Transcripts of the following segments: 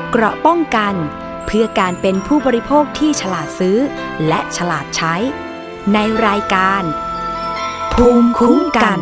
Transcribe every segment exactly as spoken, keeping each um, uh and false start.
เกราะป้องกันเพื่อการเป็นผู้บริโภคที่ฉลาดซื้อและฉลาดใช้ในรายการภูมิคุ้มกัน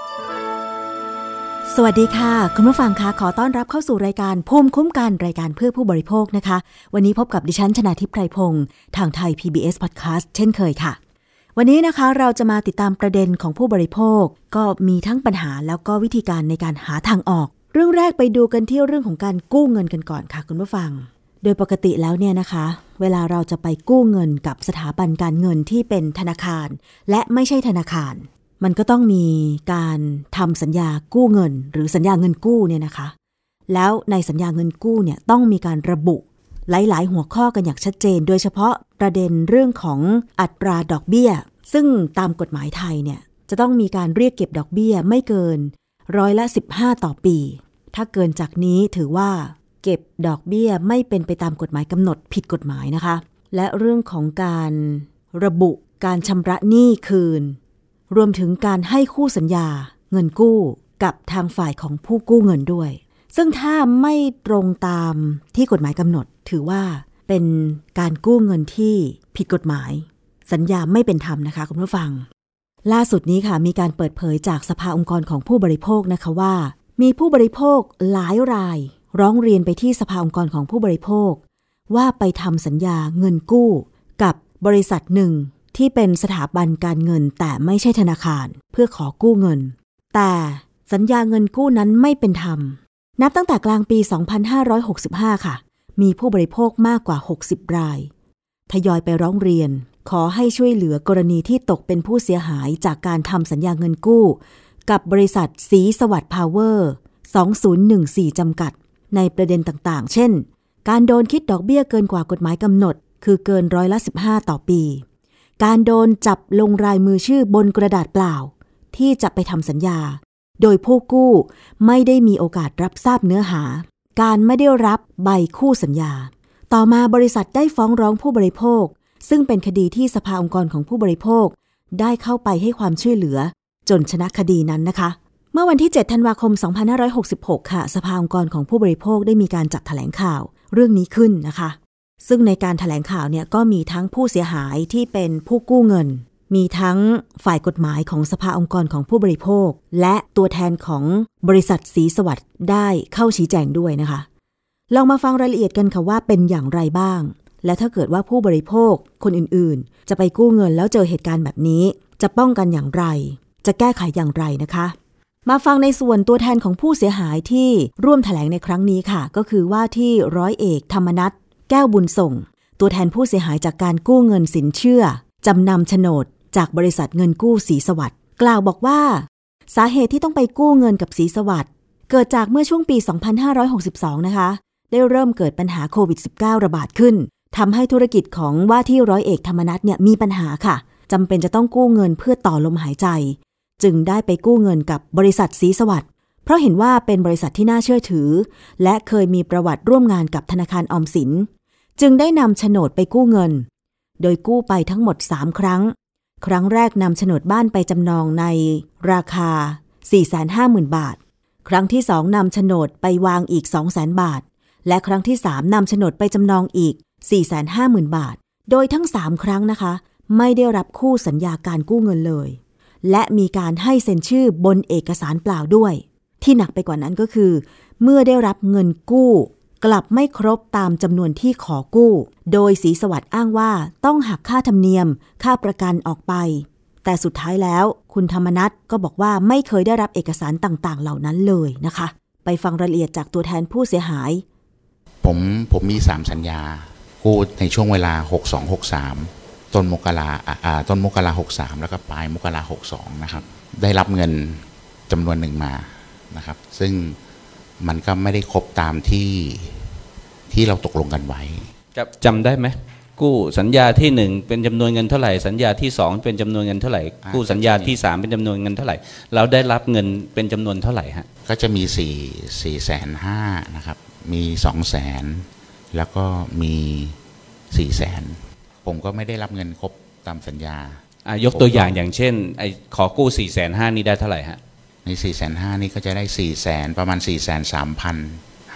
สวัสดีค่ะคุณผู้ฟังคะขอต้อนรับเข้าสู่รายการภูมิคุ้มกันรายการเพื่อผู้บริโภคนะคะวันนี้พบกับดิฉันชนาทิพย์ไพรพงศ์ทางไทย พี บี เอส Podcast เช่นเคยค่ะวันนี้นะคะเราจะมาติดตามประเด็นของผู้บริโภคก็มีทั้งปัญหาแล้วก็วิธีการในการหาทางออกเรื่องแรกไปดูกันที่เรื่องของการกู้เงินกันก่อนค่ะคุณผู้ฟังโดยปกติแล้วเนี่ยนะคะเวลาเราจะไปกู้เงินกับสถาบันการเงินที่เป็นธนาคารและไม่ใช่ธนาคารมันก็ต้องมีการทำสัญญากู้เงินหรือสัญญาเงินกู้เนี่ยนะคะแล้วในสัญญาเงินกู้เนี่ยต้องมีการระบุหลายๆหัวข้อกันอย่างชัดเจนโดยเฉพาะประเด็นเรื่องของอัตราดอกเบี้ยซึ่งตามกฎหมายไทยเนี่ยจะต้องมีการเรียกเก็บดอกเบี้ยไม่เกินร้อยละสิบห้าต่อปีถ้าเกินจากนี้ถือว่าเก็บดอกเบี้ยไม่เป็นไปตามกฎหมายกำหนดผิดกฎหมายนะคะและเรื่องของการระบุการชำระหนี้คืนรวมถึงการให้คู่สัญญาเงินกู้กับทางฝ่ายของผู้กู้เงินด้วยซึ่งถ้าไม่ตรงตามที่กฎหมายกำหนดถือว่าเป็นการกู้เงินที่ผิดกฎหมายสัญญาไม่เป็นธรรมนะคะคุณผู้ฟังล่าสุดนี้ค่ะมีการเปิดเผยจากสภาองค์กรของผู้บริโภคนะคะว่ามีผู้บริโภคหลายรายร้องเรียนไปที่สภาองค์กรของผู้บริโภคว่าไปทำสัญญาเงินกู้กับบริษัทหนึ่งที่เป็นสถาบันการเงินแต่ไม่ใช่ธนาคารเพื่อขอกู้เงินแต่สัญญาเงินกู้นั้นไม่เป็นธรรมนับตั้งแต่กลางปีสองพันห้าร้อยหกสิบห้าค่ะมีผู้บริโภคมากกว่าหกสิบรายทยอยไปร้องเรียนขอให้ช่วยเหลือกรณีที่ตกเป็นผู้เสียหายจากการทำสัญญาเงินกู้กับบริษัทศรีสวัสดิ์พาวเวอร์สองพันสิบสี่จำกัดในประเด็นต่างๆเช่นการโดนคิดดอกเบี้ยเกินกว่ากฎหมายกำหนดคือเกินร้อยละสิบห้าต่อปีการโดนจับลงรายมือชื่อบนกระดาษเปล่าที่จะไปทำสัญญาโดยผู้กู้ไม่ได้มีโอกาสรับทราบเนื้อหาการไม่ได้รับใบคู่สัญญาต่อมาบริษัทได้ฟ้องร้องผู้บริโภคซึ่งเป็นคดีที่สภาองค์กรของผู้บริโภคได้เข้าไปให้ความช่วยเหลือจนชนะคดีนั้นนะคะเมื่อวันที่เจ็ดธันวาคมสองพันห้าร้อยหกสิบหกค่ะสภาองค์กรของผู้บริโภคได้มีการจัดแถลงข่าวเรื่องนี้ขึ้นนะคะซึ่งในการแถลงข่าวเนี่ยก็มีทั้งผู้เสียหายที่เป็นผู้กู้เงินมีทั้งฝ่ายกฎหมายของสภาองค์กรของผู้บริโภคและตัวแทนของบริษัทศรีสวัสดิ์ได้เข้าชี้แจงด้วยนะคะลองมาฟังรายละเอียดกันค่ะว่าเป็นอย่างไรบ้างและถ้าเกิดว่าผู้บริโภคคนอื่นๆจะไปกู้เงินแล้วเจอเหตุการณ์แบบนี้จะป้องกันอย่างไรจะแก้ไขอย่างไรนะคะมาฟังในส่วนตัวแทนของผู้เสียหายที่ร่วมแถลงในครั้งนี้ค่ะก็คือว่าที่ร้อยเอกธรรมนัสแก้วบุญส่งตัวแทนผู้เสียหายจากการกู้เงินสินเชื่อจำนำโฉนดจากบริษัทเงินกู้ศรีสวัสดิ์กล่าวบอกว่าสาเหตุที่ต้องไปกู้เงินกับศรีสวัสดิ์เกิดจากเมื่อช่วงปีสองพันห้าร้อยหกสิบสองนะคะได้เริ่มเกิดปัญหาโควิด สิบเก้า ระบาดขึ้นทำให้ธุรกิจของว่าที่ร้อยเอกธรรมนัสเนี่ยมีปัญหาค่ะจำเป็นจะต้องกู้เงินเพื่อต่อลมหายใจจึงได้ไปกู้เงินกับบริษัทศรีสวัสดิ์เพราะเห็นว่าเป็นบริษัทที่น่าเชื่อถือและเคยมีประวัติร่วมงานกับธนาคารออมสินจึงได้นำโฉนดไปกู้เงินโดยกู้ไปทั้งหมดสามครั้งครั้งแรกนำโฉนดบ้านไปจำนองในราคา สี่แสนห้าหมื่น บาทครั้งที่สองนำโฉนดไปวางอีก สองแสน บาทและครั้งที่สามนำโฉนดไปจำนองอีก สี่แสนห้าหมื่น บาทโดยทั้งสามครั้งนะคะไม่ได้รับคู่สัญญาการกู้เงินเลยและมีการให้เซ็นชื่อบนเอกสารเปล่าด้วยที่หนักไปกว่านั้นก็คือเมื่อได้รับเงินกู้กลับไม่ครบตามจำนวนที่ขอกู้โดยศรีสวัสดิ์อ้างว่าต้องหักค่าธรรมเนียมค่าประกันออกไปแต่สุดท้ายแล้วคุณธรรมนัสก็บอกว่าไม่เคยได้รับเอกสารต่างๆเหล่านั้นเลยนะคะไปฟังรายละเอียดจากตัวแทนผู้เสียหายผมผมมีสามสัญญากู้ในช่วงเวลาหกสอง หกสามต้นมกราอ่าต้นมกราหกสามแล้วก็ปลายมกราหกสองนะครับได้รับเงินจำนวนหนึ่งมานะครับซึ่งมันก็ไม่ได้ครบตามที่ที่เราตกลงกันไว้จำได้ไหมกู้สัญญาที่หนึ่งเป็นจำนวนเงินเท่าไหร่สัญญาที่สองเป็นจำนวนเงินเท่าไหร่กู้สัญญาที่สามเป็นจำนวนเงินเท่าไหร่เราได้รับเงินเป็นจำนวนเท่าไหร่ฮะก็จะมีสี่สี่แสนห้านะครับมีสองแสนแล้วก็มีสี่แสนผมก็ไม่ได้รับเงินครบตามสัญญายกตัวอย่างอย่างเช่นไอ้ขอกู้ สี่แสนห้าหมื่น นี่ได้เท่าไหร่ฮะใน สี่แสนห้าหมื่น นี่ก็จะได้ สี่แสน ประมาณ สี่แสนสามพัน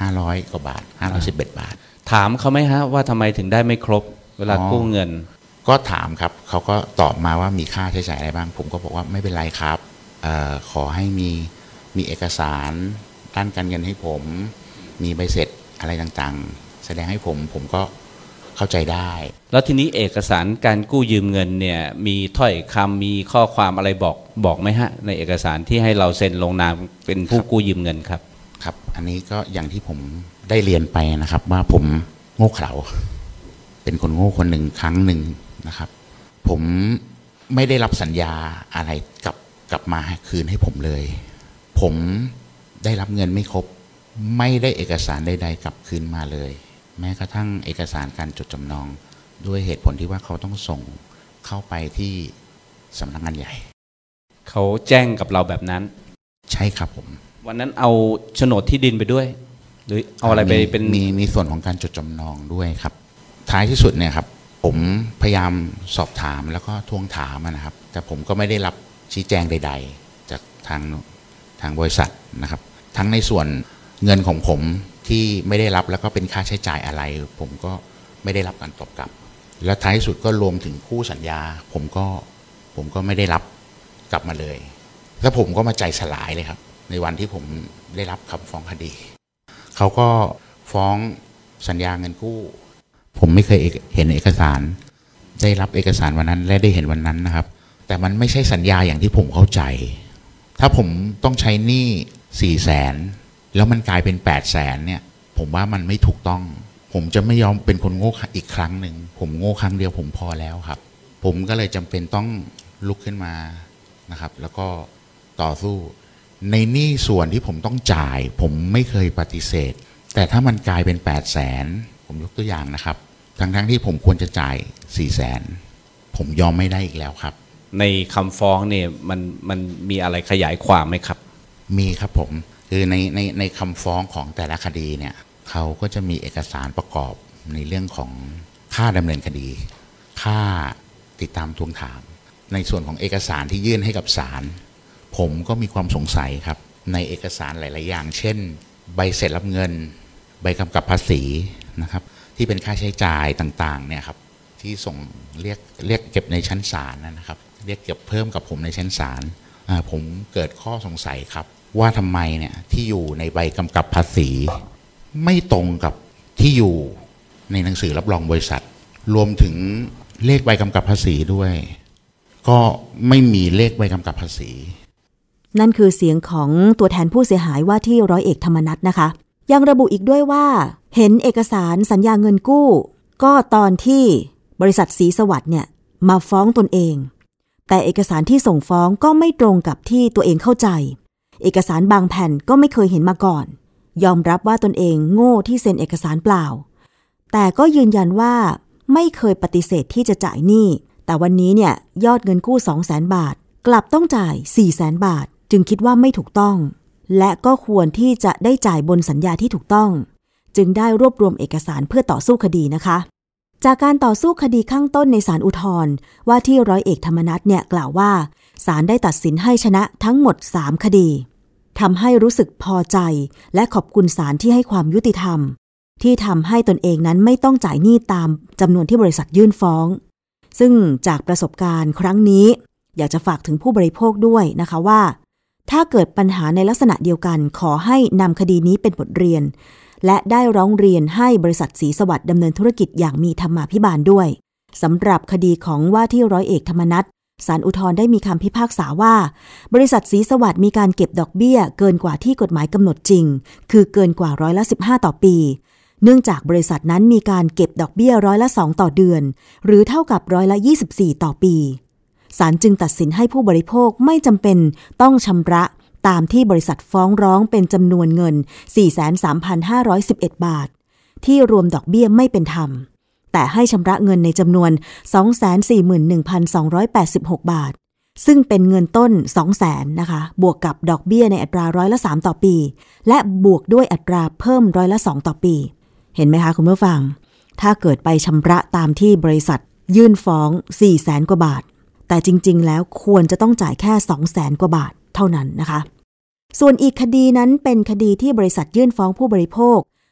ห้าร้อยกว่าบาทห้าร้อยสิบเอ็ดบาทถามเขาไหมฮะว่าทำไมถึงได้ไม่ครบเวลากู้เงินก็ถามครับเขาก็ตอบมาว่ามีค่าใช้จ่ายอะไรบ้างผมก็บอกว่าไม่เป็นไรครับเอ่อขอให้มีมีเอกสารด้านการเงินให้ผมมีใบเสร็จอะไรต่างๆแสดงให้ผมผมก็เข้าใจได้แล้วทีนี้เอกสารการกู้ยืมเงินเนี่ยมีถ้อยคำมีข้อความอะไรบอกบอกไหมฮะในเอกสารที่ให้เราเซ็นลงนามเป็นผู้กู้ยืมเงินครับครับอันนี้ก็อย่างที่ผมได้เรียนไปนะครับว่าผมโง่เขลาเป็นคนโง่คนหนึ่งครั้งหนึ่งนะครับผมไม่ได้รับสัญญาอะไรกลับกลับมาคืนให้ผมเลยผมได้รับเงินไม่ครบไม่ได้เอกสารใดๆกลับคืนมาเลยแม้กระทั่งเอกสารการจดจำนองด้วยเหตุผลที่ว่าเขาต้องส่งเข้าไปที่สำนักงานใหญ่เขาแจ้งกับเราแบบนั้นใช่ครับผมวันนั้นเอาโฉนดที่ดินไปด้วยหรือเอาอะไรไปเป็นมีมีส่วนของการจดจำนองด้วยครับท้ายที่สุดเนี่ยครับผมพยายามสอบถามแล้วก็ทวงถามนะครับแต่ผมก็ไม่ได้รับชี้แจงใดๆจากทางทางบริษัทนะครับทั้งในส่วนเงินของผมที่ไม่ได้รับแล้วก็เป็นค่าใช้จ่ายอะไรผมก็ไม่ได้รับการตอบกลับและท้ายสุดก็รวมถึงคู่สัญญาผมก็ผมก็ไม่ได้รับกลับมาเลยแล้วผมก็มาใจสลายเลยครับในวันที่ผมได้รับคำฟ้องคดีเขาก็ฟ้องสัญญาเงินกู้ผมไม่เคยเห็นเอกสารได้รับเอกสารวันนั้นและได้เห็นวันนั้นนะครับแต่มันไม่ใช่สัญญาอย่างที่ผมเข้าใจถ้าผมต้องใช้หนี้สี่แสนแล้วมันกลายเป็นแปดแสนเนี่ยผมว่ามันไม่ถูกต้องผมจะไม่ยอมเป็นคนโง่อีกครั้งหนึ่งผมโง่ครั้งเดียวผมพอแล้วครับผมก็เลยจำเป็นต้องลุกขึ้นมานะครับแล้วก็ต่อสู้ในหนี้ส่วนที่ผมต้องจ่ายผมไม่เคยปฏิเสธแต่ถ้ามันกลายเป็นแปดแสนผมยกตัวอย่างนะครับทั้งทั้งที่ผมควรจะจ่ายสี่แสนผมยอมไม่ได้อีกแล้วครับในคำฟ้องเนี่ยมันมันมีอะไรขยายความไหมครับมีครับผมคือในในในคำฟ้องของแต่ละคดีเนี่ยเขาก็จะมีเอกสารประกอบในเรื่องของค่าดำเนินคดีค่าติดตามทวงถามในส่วนของเอกสารที่ยื่นให้กับศาลผมก็มีความสงสัยครับในเอกสารหลายๆอย่างเช่นใบเสร็จรับเงินใบกำกับภาษีนะครับที่เป็นค่าใช้จ่ายต่างๆเนี่ยครับที่ส่งเรียกเรียกเก็บในชั้นศาลนะครับเรียกเก็บเพิ่มกับผมในชั้นศาลผมเกิดข้อสงสัยครับว่าทำไมเนี่ยที่อยู่ในใบกำกับภาษีไม่ตรงกับที่อยู่ในหนังสือรับรองบริษัทรวมถึงเลขใบกำกับภาษีด้วยก็ไม่มีเลขใบกำกับภาษีนั่นคือเสียงของตัวแทนผู้เสียหายว่าที่ร้อยเอกธรรมนัสนะคะยังระบุอีกด้วยว่าเห็นเอกสารสัญญาเงินกู้ก็ตอนที่บริษัทศรีสวัสดิ์เนี่ยมาฟ้องตนเองแต่เอกสารที่ส่งฟ้องก็ไม่ตรงกับที่ตัวเองเข้าใจเอกสารบางแผ่นก็ไม่เคยเห็นมาก่อนยอมรับว่าตนเองโง่ที่เซ็นเอกสารเปล่าแต่ก็ยืนยันว่าไม่เคยปฏิเสธที่จะจ่ายหนี้แต่วันนี้เนี่ยยอดเงินกู้ สองแสน บาทกลับต้องจ่าย สี่แสน บาทจึงคิดว่าไม่ถูกต้องและก็ควรที่จะได้จ่ายบนสัญญาที่ถูกต้องจึงได้รวบรวมเอกสารเพื่อต่อสู้คดีนะคะจากการต่อสู้คดีข้างต้นในศาลอุทธรณ์ว่าที่ร้อยเอกธรรมนัสเนี่ยกล่าวว่าศาลได้ตัดสินให้ชนะทั้งหมดสามคดีทำให้รู้สึกพอใจและขอบคุณศาลที่ให้ความยุติธรรมที่ทำให้ตนเองนั้นไม่ต้องจ่ายหนี้ตามจำนวนที่บริษัทยื่นฟ้องซึ่งจากประสบการณ์ครั้งนี้อยากจะฝากถึงผู้บริโภคด้วยนะคะว่าถ้าเกิดปัญหาในลักษณะเดียวกันขอให้นำคดีนี้เป็นบทเรียนและได้ร้องเรียนให้บริษัทศรีสวัสดิ์ดำเนินธุรกิจอย่างมีธรรมาภิบาลด้วยสำหรับคดีของว่าที่ร้อยเอกธรรมนัสศาลอุทธรณ์ได้มีคำพิพากษาว่าบริษัทศรีสวัสดิ์มีการเก็บดอกเบี้ยเกินกว่าที่กฎหมายกำหนดจริงคือเกินกว่าร้อยละสิบห้าต่อปีเนื่องจากบริษัทนั้นมีการเก็บดอกเบี้ยร้อยละสองต่อเดือนหรือเท่ากับร้อยละยี่สิบสี่ต่อปีศาลจึงตัดสินให้ผู้บริโภคไม่จำเป็นต้องชำระตามที่บริษัทฟ้องร้องเป็นจำนวนเงิน สี่แสนสามพันห้าร้อยสิบเอ็ด บาทที่รวมดอกเบี้ยไม่เป็นธรรมแต่ให้ชำระเงินในจำนวน สองแสนสี่หมื่นหนึ่งพันสองร้อยแปดสิบหก บาทซึ่งเป็นเงินต้น สองแสน นะคะบวกกับดอกเบี้ยในอัตราร้อยละสามต่อปีและบวกด้วยอัตราเพิ่มร้อยละสองต่อปีเห็นไหมคะคุณผู้ฟังถ้าเกิดไปชำระตามที่บริษัทยื่นฟ้อง สี่แสน กว่าบาทแต่จริงๆแล้วควรจะต้องจ่ายแค่ สองแสน กว่าบาทเท่านั้นนะคะส่วนอีกคดีนั้นเป็นคดีที่บริษัทยื่นฟ้องผู้บริโภค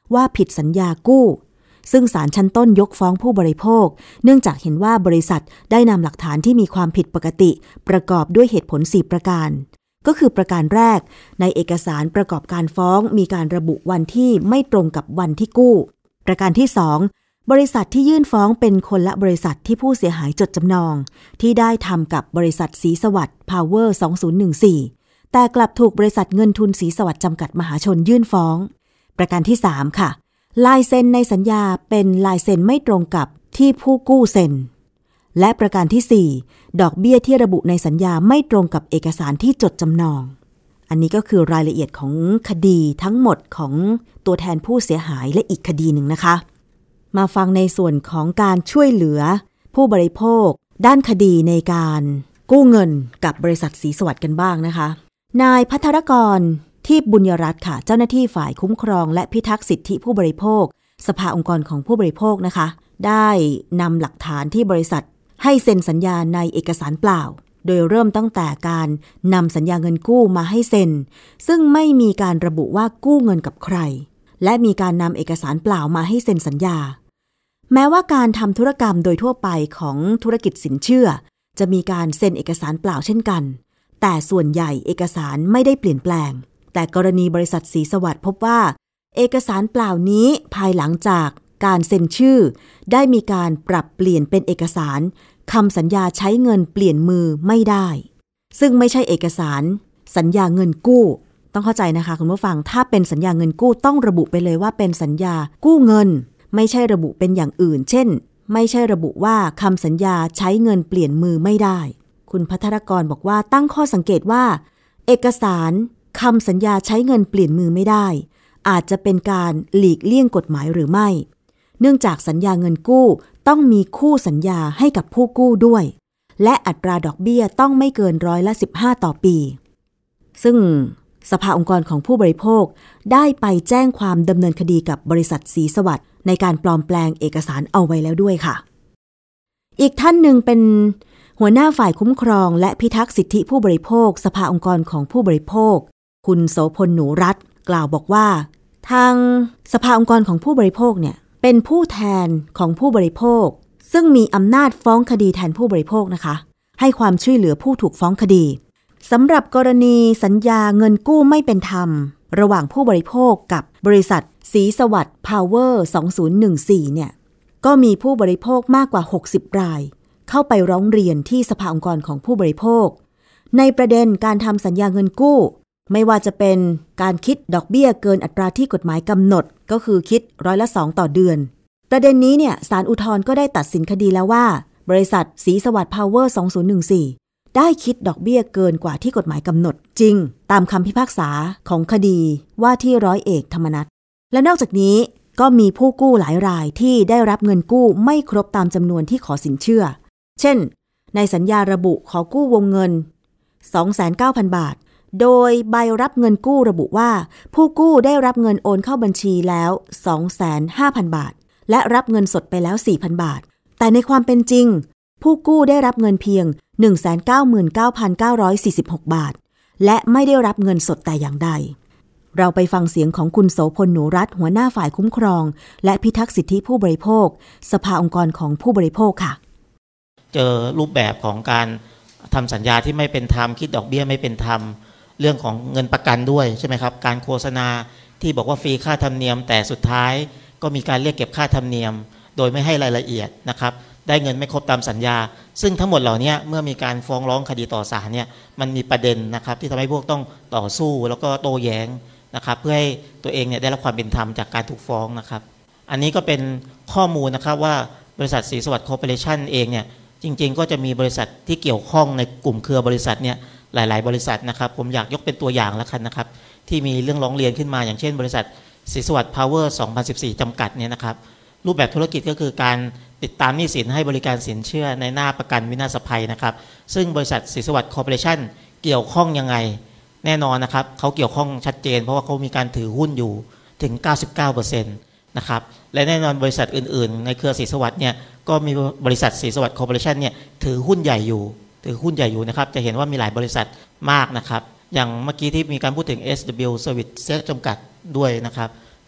ว่าผิดสัญญากู้ซึ่งศาลชั้นต้นยกฟ้องผู้บริโภคเนื่องจากเห็นว่าบริษัทได้นำหลักฐานที่มีความผิดปกติประกอบด้วยเหตุผลสี่ประการก็คือประการแรกในเอกสารประกอบการฟ้องมีการระบุวันที่ไม่ตรงกับวันที่กู้ประการที่สองบริษัทที่ยื่นฟ้องเป็นคนละบริษัทที่ผู้เสียหายจดจำนองที่ได้ทำกับบริษัทศรีสวัสดิ์พาวเวอร์สองพันสิบสี่แต่กลับถูกบริษัทเงินทุนศรีสวัสดิ์จำกัดมหาชนยื่นฟ้องประการที่สามค่ะลายเซ็นในสัญญาเป็นลายเซ็นไม่ตรงกับที่ผู้กู้เซ็นและประการที่สี่ดอกเบี้ยที่ระบุในสัญญาไม่ตรงกับเอกสารที่จดจำนองอันนี้ก็คือรายละเอียดของคดีทั้งหมดของตัวแทนผู้เสียหายและอีกคดีหนึ่งนะคะมาฟังในส่วนของการช่วยเหลือผู้บริโภคด้านคดีในการกู้เงินกับบริษัทศรีสวัสดิ์กันบ้างนะคะนายภัทรกรที่บุญยรัตน์ค่ะเจ้าหน้าที่ฝ่ายคุ้มครองและพิทักษ์สิทธิผู้บริโภคสภาองค์กรของผู้บริโภคนะคะได้นำหลักฐานที่บริษัทให้เซ็นสัญญาในเอกสารเปล่าโดยเริ่มตั้งแต่การนำสัญญาเงินกู้มาให้เซ็นซึ่งไม่มีการระบุว่ากู้เงินกับใครและมีการนำเอกสารเปล่ามาให้เซ็นสัญญาแม้ว่าการทำธุรกรรมโดยทั่วไปของธุรกิจสินเชื่อจะมีการเซ็นเอกสารเปล่าเช่นกันแต่ส่วนใหญ่เอกสารไม่ได้เปลี่ยนแปลงแต่กรณีบริษัทศรีสวัสดิ์พบว่าเอกสารเปล่านี้ภายหลังจากการเซ็นชื่อได้มีการปรับเปลี่ยนเป็นเอกสารคำสัญญาใช้เงินเปลี่ยนมือไม่ได้ซึ่งไม่ใช่เอกสารสัญญาเงินกู้ต้องเข้าใจนะคะคุณผู้ฟังถ้าเป็นสัญญาเงินกู้ต้องระบุไปเลยว่าเป็นสัญญากู้เงินไม่ใช่ระบุเป็นอย่างอื่นเช่นไม่ใช่ระบุว่าคำสัญญาใช้เงินเปลี่ยนมือไม่ได้คุณภัทรกรบอกว่าตั้งข้อสังเกตว่าเอกสารคำสัญญาใช้เงินเปลี่ยนมือไม่ได้อาจจะเป็นการหลีกเลี่ยงกฎหมายหรือไม่เนื่องจากสัญญาเงินกู้ต้องมีคู่สัญญาให้กับผู้กู้ด้วยและอัตราดอกเบี้ยต้องไม่เกินร้อยละสิบห้าต่อปีซึ่งสภาองค์กรของผู้บริโภคได้ไปแจ้งความดำเนินคดีกับบริษัทศรีสวัสดิ์ในการปลอมแปลงเอกสารเอาไว้แล้วด้วยค่ะอีกท่านหนึ่งเป็นหัวหน้าฝ่ายคุ้มครองและพิทักษ์สิทธิผู้บริโภคสภาองค์กรของผู้บริโภคคุณโสพลหนูรัตน์กล่าวบอกว่าทางสภาองค์กรของผู้บริโภคเนี่ยเป็นผู้แทนของผู้บริโภคซึ่งมีอำนาจฟ้องคดีแทนผู้บริโภคนะคะให้ความช่วยเหลือผู้ถูกฟ้องคดีสำหรับกรณีสัญญาเงินกู้ไม่เป็นธรรมระหว่างผู้บริโภคกับบริษัทศรีสวัสดิ์พาวเวอร์สองพันสิบสี่เนี่ยก็มีผู้บริโภคมากกว่าหกสิบรายเข้าไปร้องเรียนที่สภาองค์กรของผู้บริโภคในประเด็นการทำสัญญาเงินกู้ไม่ว่าจะเป็นการคิดดอกเบี้ยเกินอัตราที่กฎหมายกำหนดก็คือคิดร้อยละสองต่อเดือนประเด็นนี้เนี่ยศาลอุทธรณ์ก็ได้ตัดสินคดีแล้วว่าบริษัทศรีสวัสดิ์พาวเวอร์สองพันสิบสี่ได้คิดดอกเบี้ยเกินกว่าที่กฎหมายกำหนดจริงตามคำพิพากษาของคดีว่าที่ร้อยเอกธรรมนัสและนอกจากนี้ก็มีผู้กู้หลายรายที่ได้รับเงินกู้ไม่ครบตามจำนวนที่ขอสินเชื่อเช่นในสัญญาระบุขอกู้วงเงิน สองแสนเก้าพัน บาทโดยใบรับเงินกู้ระบุว่าผู้กู้ได้รับเงินโอนเข้าบัญชีแล้ว สองแสนห้าพัน บาทและรับเงินสดไปแล้ว สี่พัน บาทแต่ในความเป็นจริงผู้กู้ได้รับเงินเพียง หนึ่งแสนเก้าหมื่นเก้าพันเก้าร้อยสี่สิบหก บาทและไม่ได้รับเงินสดแต่อย่างใดเราไปฟังเสียงของคุณโสพลหนูรัตน์หัวหน้าฝ่ายคุ้มครองและพิทักษ์สิทธิผู้บริโภคสภาองค์กรของผู้บริโภคค่ะเจอรูปแบบของการทำสัญญาที่ไม่เป็นธรรมคิดดอกเบี้ยไม่เป็นธรรมเรื่องของเงินประกันด้วยใช่ไหมครับการโฆษณาที่บอกว่าฟรีค่าธรรมเนียมแต่สุดท้ายก็มีการเรียกเก็บค่าธรรมเนียมโดยไม่ให้รายละเอียดนะครับได้เงินไม่ครบตามสัญญาซึ่งทั้งหมดเหล่านี้เมื่อมีการฟ้องร้องคดีต่อศาลเนี่ยมันมีประเด็นนะครับที่ทำให้พวกต้องต่อสู้แล้วก็โต้แย้งนะครับเพื่อให้ตัวเองเนี่ยได้รับความเป็นธรรมจากการถูกฟ้องนะครับอันนี้ก็เป็นข้อมูลนะครับว่าบริษัทศรีสวัสดิ์คอร์ปอเรชั่นเองเนี่ยจริงๆก็จะมีบริษัทที่เกี่ยวข้องในกลุ่มเครือบริษัทเนี่ยหลายๆบริษัทนะครับผมอยากยกเป็นตัวอย่างแล้วกันนะครับที่มีเรื่องร้องเรียนขึ้นมาอย่างเช่นบริษัทศรีสวัสดิ์พาวเวอร์สองพันสิบสี่จำกัดเนี่ยนะครับรูปแบบธุรกิจก็คือการติดตามหนี้สินให้บริการสินเชื่อในหน้าประกันวินาศภัยนะครับซึ่งบริษัทศรีสวัสดิ์คอร์ปอเรชั่นเกี่ยวข้องยังไงแน่นอนนะครับเขาเกี่ยวข้องชัดเจนเพราะว่าเขามีการถือหุ้นอยู่ถึง เก้าสิบเก้าเปอร์เซ็นต์ นะครับและแน่นอนบริษัทอื่นๆในเครือศรีสวัสดิ์เนี่ยก็มีบริษัทศรีสวัสดิ์คอร์ปอเรชั่นเนี่ยถือหุ้นใหญ่อยู่ถือหุ้นใหญ่อยู่นะครับจะเห็นว่ามีหลายบริษัทมากนะครับอย่างเมื่อกี้ที่มีการพูดถึง เอส ดับเบิลยู Service จำกัดด้วยนะครับก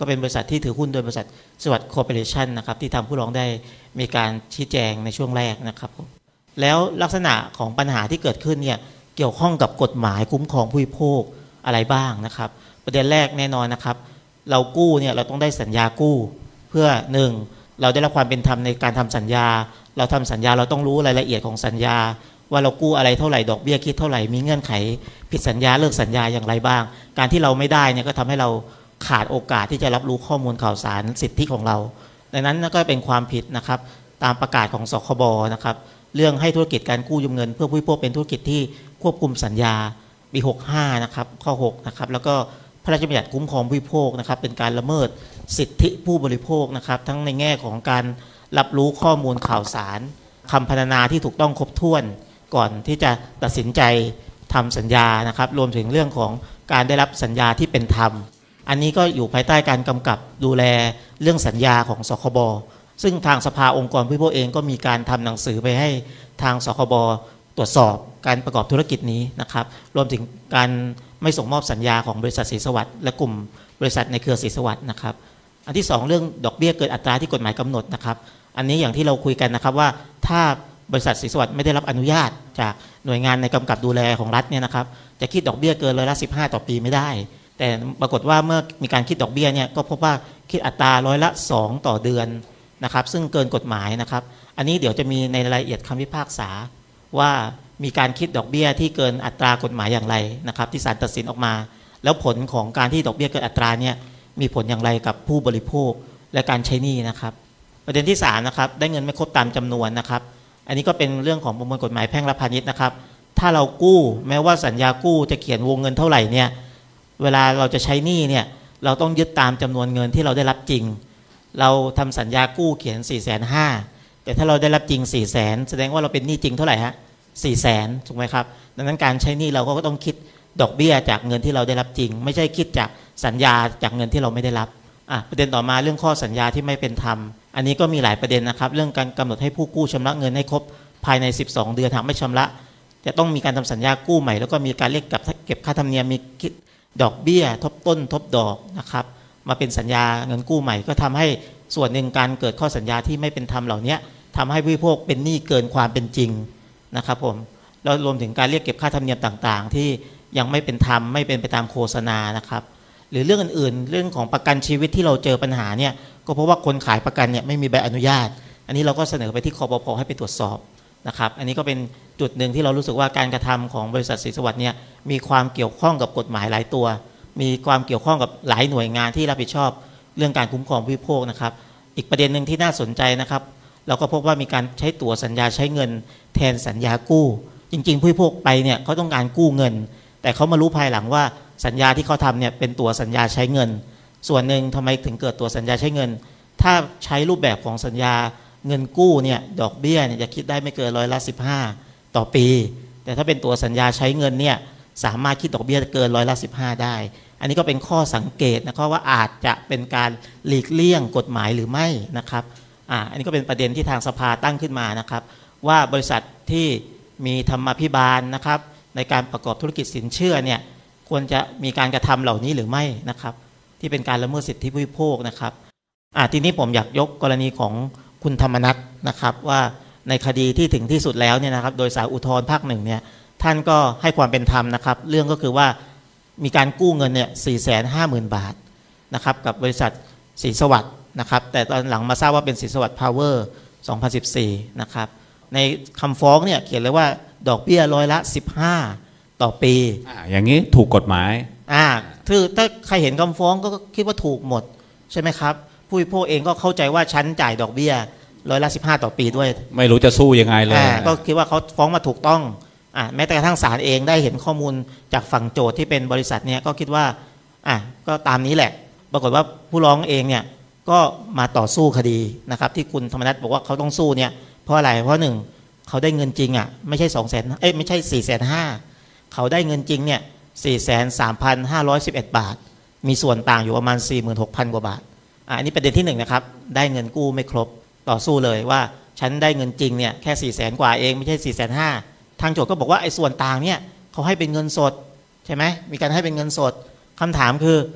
ก็เป็นบริษัทที่ถือหุ้นโดยบริษัทสวัสดิ์คอร์ปอเรชั่นนะครับที่ทางผู้ร้องได้มีการชี้แจงในช่วงแรกนะครับแล้วลักษณะของปัญหาที่เกิดขึ้นเนี่ยเกี่ยวข้องกับกฎหมายคุ้มครองผู้บริโภคอะไรบ้างนะครับประเด็นแรกแน่นอนนะครับเรากู้เนี่ยเราต้องได้สัญญากู้เพื่อหนึ่งเราได้รับความเป็นธรรมในการทำสัญญาเราทำสัญญาเราต้องรู้รายละเอียดของสัญญาว่าเรากู้อะไรเท่าไหร่ดอกเบี้ยคิดเท่าไหร่มีเงื่อนไขผิดสัญญาเลิกสัญญาอย่างไรบ้างการที่เราไม่ได้เนี่ยก็ทำให้เราขาดโอกาสที่จะรับรู้ข้อมูลข่าวสารสิทธิของเราดังนั้นก็เป็นความผิดนะครับตามประกาศของสคบนะครับเรื่องให้ธุรกิจการกู้ยืมเงินเพื่อผู้บริโภคเป็นธุรกิจที่ควบคุมสัญญาปีหกสิบห้านะครับข้อหกนะครับแล้วก็พระราชบัญญัติคุ้มครองผู้บริโภคนะครับเป็นการละเมิดสิทธิผู้บริโภคนะครับทั้งในแง่ของการรับรู้ข้อมูลข่าวสารคำพรรณนาที่ถูกต้องครบถ้วนก่อนที่จะตัดสินใจทำสัญญานะครับรวมถึงเรื่องของการได้รับสัญญาที่เป็นธรรมอันนี้ก็อยู่ภายใต้การกำกับดูแลเรื่องสัญญาของสคบซึ่งทางสภาองค์กรผู้บริโภคเองก็มีการทำหนังสือไปให้ทางสคบตรวจสอบการประกอบธุรกิจนี้นะครับรวมถึงการไม่ส่งมอบสัญญาของบริษัทศรีสวัสดิ์และกลุ่มบริษัทในเครือศรีสวัสดิ์นะครับอันที่สองเรื่องดอกเบี้ยเกินอัตราที่กฎหมายกำหนดนะครับอันนี้อย่างที่เราคุยกันนะครับว่าถ้าบริษัทศรีสวัสดิ์ไม่ได้รับอนุญาตจากหน่วยงานในกำกับดูแลของรัฐเนี่ยนะครับจะคิดดอกเบี้ยเกินร้อยละสิบห้าต่อปีไม่ได้แต่ปรากฏว่าเมื่อมีการคิดดอกเบี้ยเนี่ยก็พบว่าคิดอัตราร้อยละสองต่อเดือนนะครับซึ่งเกินกฎหมายนะครับอันนี้เดี๋ยวจะมีในรายละเอียดคำพิพากษาว่ามีการคิดดอกเบี้ยที่เกินอัตรากฎหมายอย่างไรนะครับที่ศาลตัดสินออกมาแล้วผลของการที่ดอกเบี้ยเกินอัตราเนี่ยมีผลอย่างไรกับผู้บริโภคและการใช้หนี้นะครับประเด็นที่สามนะครับได้เงินไม่ครบตามจำนวนนะครับอันนี้ก็เป็นเรื่องของประมวลกฎหมายแพ่งและพาณิชย์นะครับถ้าเรากู้แม้ว่าสัญญากู้จะเขียนวงเงินเท่าไหร่เนี่ยเวลาเราจะใช้หนี้เนี่ยเราต้องยึดตามจำนวนเงินที่เราได้รับจริงเราทำสัญญากู้เขียน สี่แสนห้าหมื่น แต่ถ้าเราได้รับจริง สี่แสน แสดงว่าเราเป็นหนี้จริงเท่าไหร่ฮะ สี่แสน ถูกไหมครับดังนั้นการใช้หนี้เราก็ต้องคิดดอกเบี้ยจากเงินที่เราได้รับจริงไม่ใช่คิดจากสัญญาจากเงินที่เราไม่ได้รับอ่ะประเด็นต่อมาเรื่องข้อสัญญาที่ไม่เป็นธรรมอันนี้ก็มีหลายประเด็นนะครับเรื่องการกำหนดให้ผู้กู้ชำระเงินให้ครบภายในสิบสองเดือนหากไม่ชำระจะต้องมีการทำสัญญากู้ใหม่แล้วก็มีการเรียกเก็บค่าธรรมเนียมมีคิดดอกเบี้ยทบต้นทบดอกนะครับมาเป็นสัญญาเงินกู้ใหม่ก็ทำให้ส่วนหนึ่งการเกิดข้อสัญญาที่ไม่เป็นธรรมเหล่านี้ทำให้ผู้บริโภคเป็นหนี้เกินความเป็นจริงนะครับผมแล้วรวมถึงการเรียกเก็บค่าธรรมเนียมต่างๆที่ยังไม่เป็นธรรมไม่เป็นไปตามโฆษณานะครับหรือเรื่องอื่นๆเรื่องของประกันชีวิตที่เราเจอปัญหาเนี่ยก็เพราะว่าคนขายประกันเนี่ยไม่มีใบอนุญาตอันนี้เราก็เสนอไปที่คปภ.ให้ไปตรวจสอบนะครับอันนี้ก็เป็นจุดหนึ่งที่เรารู้สึกว่าการกระทำของบริษัทศรีสวัสดิ์เนี่ยมีความเกี่ยวข้องกับกฎหมายหลายตัวมีความเกี่ยวข้องกับหลายหน่วยงานที่รับผิดชอบเรื่องการคุ้มครองผู้บริโภคนะครับอีกประเด็นหนึ่งที่น่าสนใจนะครับเราก็พบว่ามีการใช้ตั๋วสัญญาใช้เงินแทนสัญญากู้จริงๆผู้บริโภคไปเนี่ยเขาต้องการกู้เงินแต่เขามารู้ภายหลังว่าสัญญาที่เขาทำเนี่ยเป็นตั๋วสัญญาใช้เงินส่วนหนึ่งทำไมถึงเกิดตั๋วสัญญาใช้เงินถ้าใช้รูปแบบของสัญญาเงินกู้เนี่ยดอกเบี้ยเนี่ยจะคิดได้ไม่เกินร้อยละสิบห้าต่อปีแต่ถ้าเป็นตั๋วสัญญาใช้เงินเนี่ยสามารถคิดดอกเบี้ยเกินร้อยละสิบห้าได้อันนี้ก็เป็นข้อสังเกตนะครับว่าอาจจะเป็นการหลีกเลี่ยงกฎหมายหรือไม่นะครับอ่าอันนี้ก็เป็นประเด็นที่ทางสภาตั้งขึ้นมานะครับว่าบริษัทที่มีธรรมาภิบาลนะครับในการประกอบธุรกิจสินเชื่อเนี่ยควรจะมีการกระทำเหล่านี้หรือไม่นะครับที่เป็นการละเมิดสิทธิผู้บริโภคนะครับอ่าทีนี้ผมอยากยกกรณีของคุณธรรมนัสนะครับว่าในคดีที่ถึงที่สุดแล้วเนี่ยนะครับโดยศาลอุทธรณ์ภาคหนึ่งเนี่ยท่านก็ให้ความเป็นธรรมนะครับเรื่องก็คือว่ามีการกู้เงินเนี่ย สี่แสนห้าหมื่น บาทนะครับกับบริษัทศรีสวัสดิ์นะครับแต่ตอนหลังมาทราบว่าเป็นศรีสวัสดิ์พาวเวอร์สองพันสิบสี่นะครับในคำฟ้องเนี่ยเขียนเลยว่าดอกเบี้ยร้อยละสิบห้าต่อปีอ่าอย่างนี้ถูกกฎหมายอ่าคือถ้าใครเห็นคำฟ้องก็คิดว่าถูกหมดใช่ไหมครับผู้บริโภคเองก็เข้าใจว่าชั้นจ่ายดอกเบี้ยร้อยละสิบห้าต่อปีด้วยไม่รู้จะสู้ยังไงเลยก็คิดว่าเขาฟ้องมาถูกต้องอ่ะแม้แต่กระทั่งศาลเองได้เห็นข้อมูลจากฝั่งโจทย์ที่เป็นบริษัทเนี่ยก็คิดว่าอ่ะก็ตามนี้แหละปรากฏว่าผู้ร้องเองเนี่ยก็มาต่อสู้คดีนะครับที่คุณธรรมนัสบอกว่าเขาต้องสู้เนี่ยเพราะอะไรเพราะหนึ่งเขาได้เงินจริงอ่ะไม่ใช่สองแสนเอ้ยไม่ใช่สี่แสนห้าเขาได้เงินจริงเนี่ยสี่แสนสามพันห้าร้อยสิบเอ็ดบาทมีส่วนต่างอยู่ประมาณสี่หมื่นหกพันกว่าบาทอ่ะอันนี้ประเด็นที่หนึ่งนะครับได้เงินกู้ไม่ครบต่อสู้เลยว่าฉันได้เงินจริงเนี่ยแค่สี่แสนกว่าเองไม่ใช่สี่แสนห้าทางโจทย์ก็บอกว่าไอ้ส่วนต่างเนี่ยเขาให้เป็นเงินสดใช่ไหมมีการให้เป็นเงินสดคำถามคือ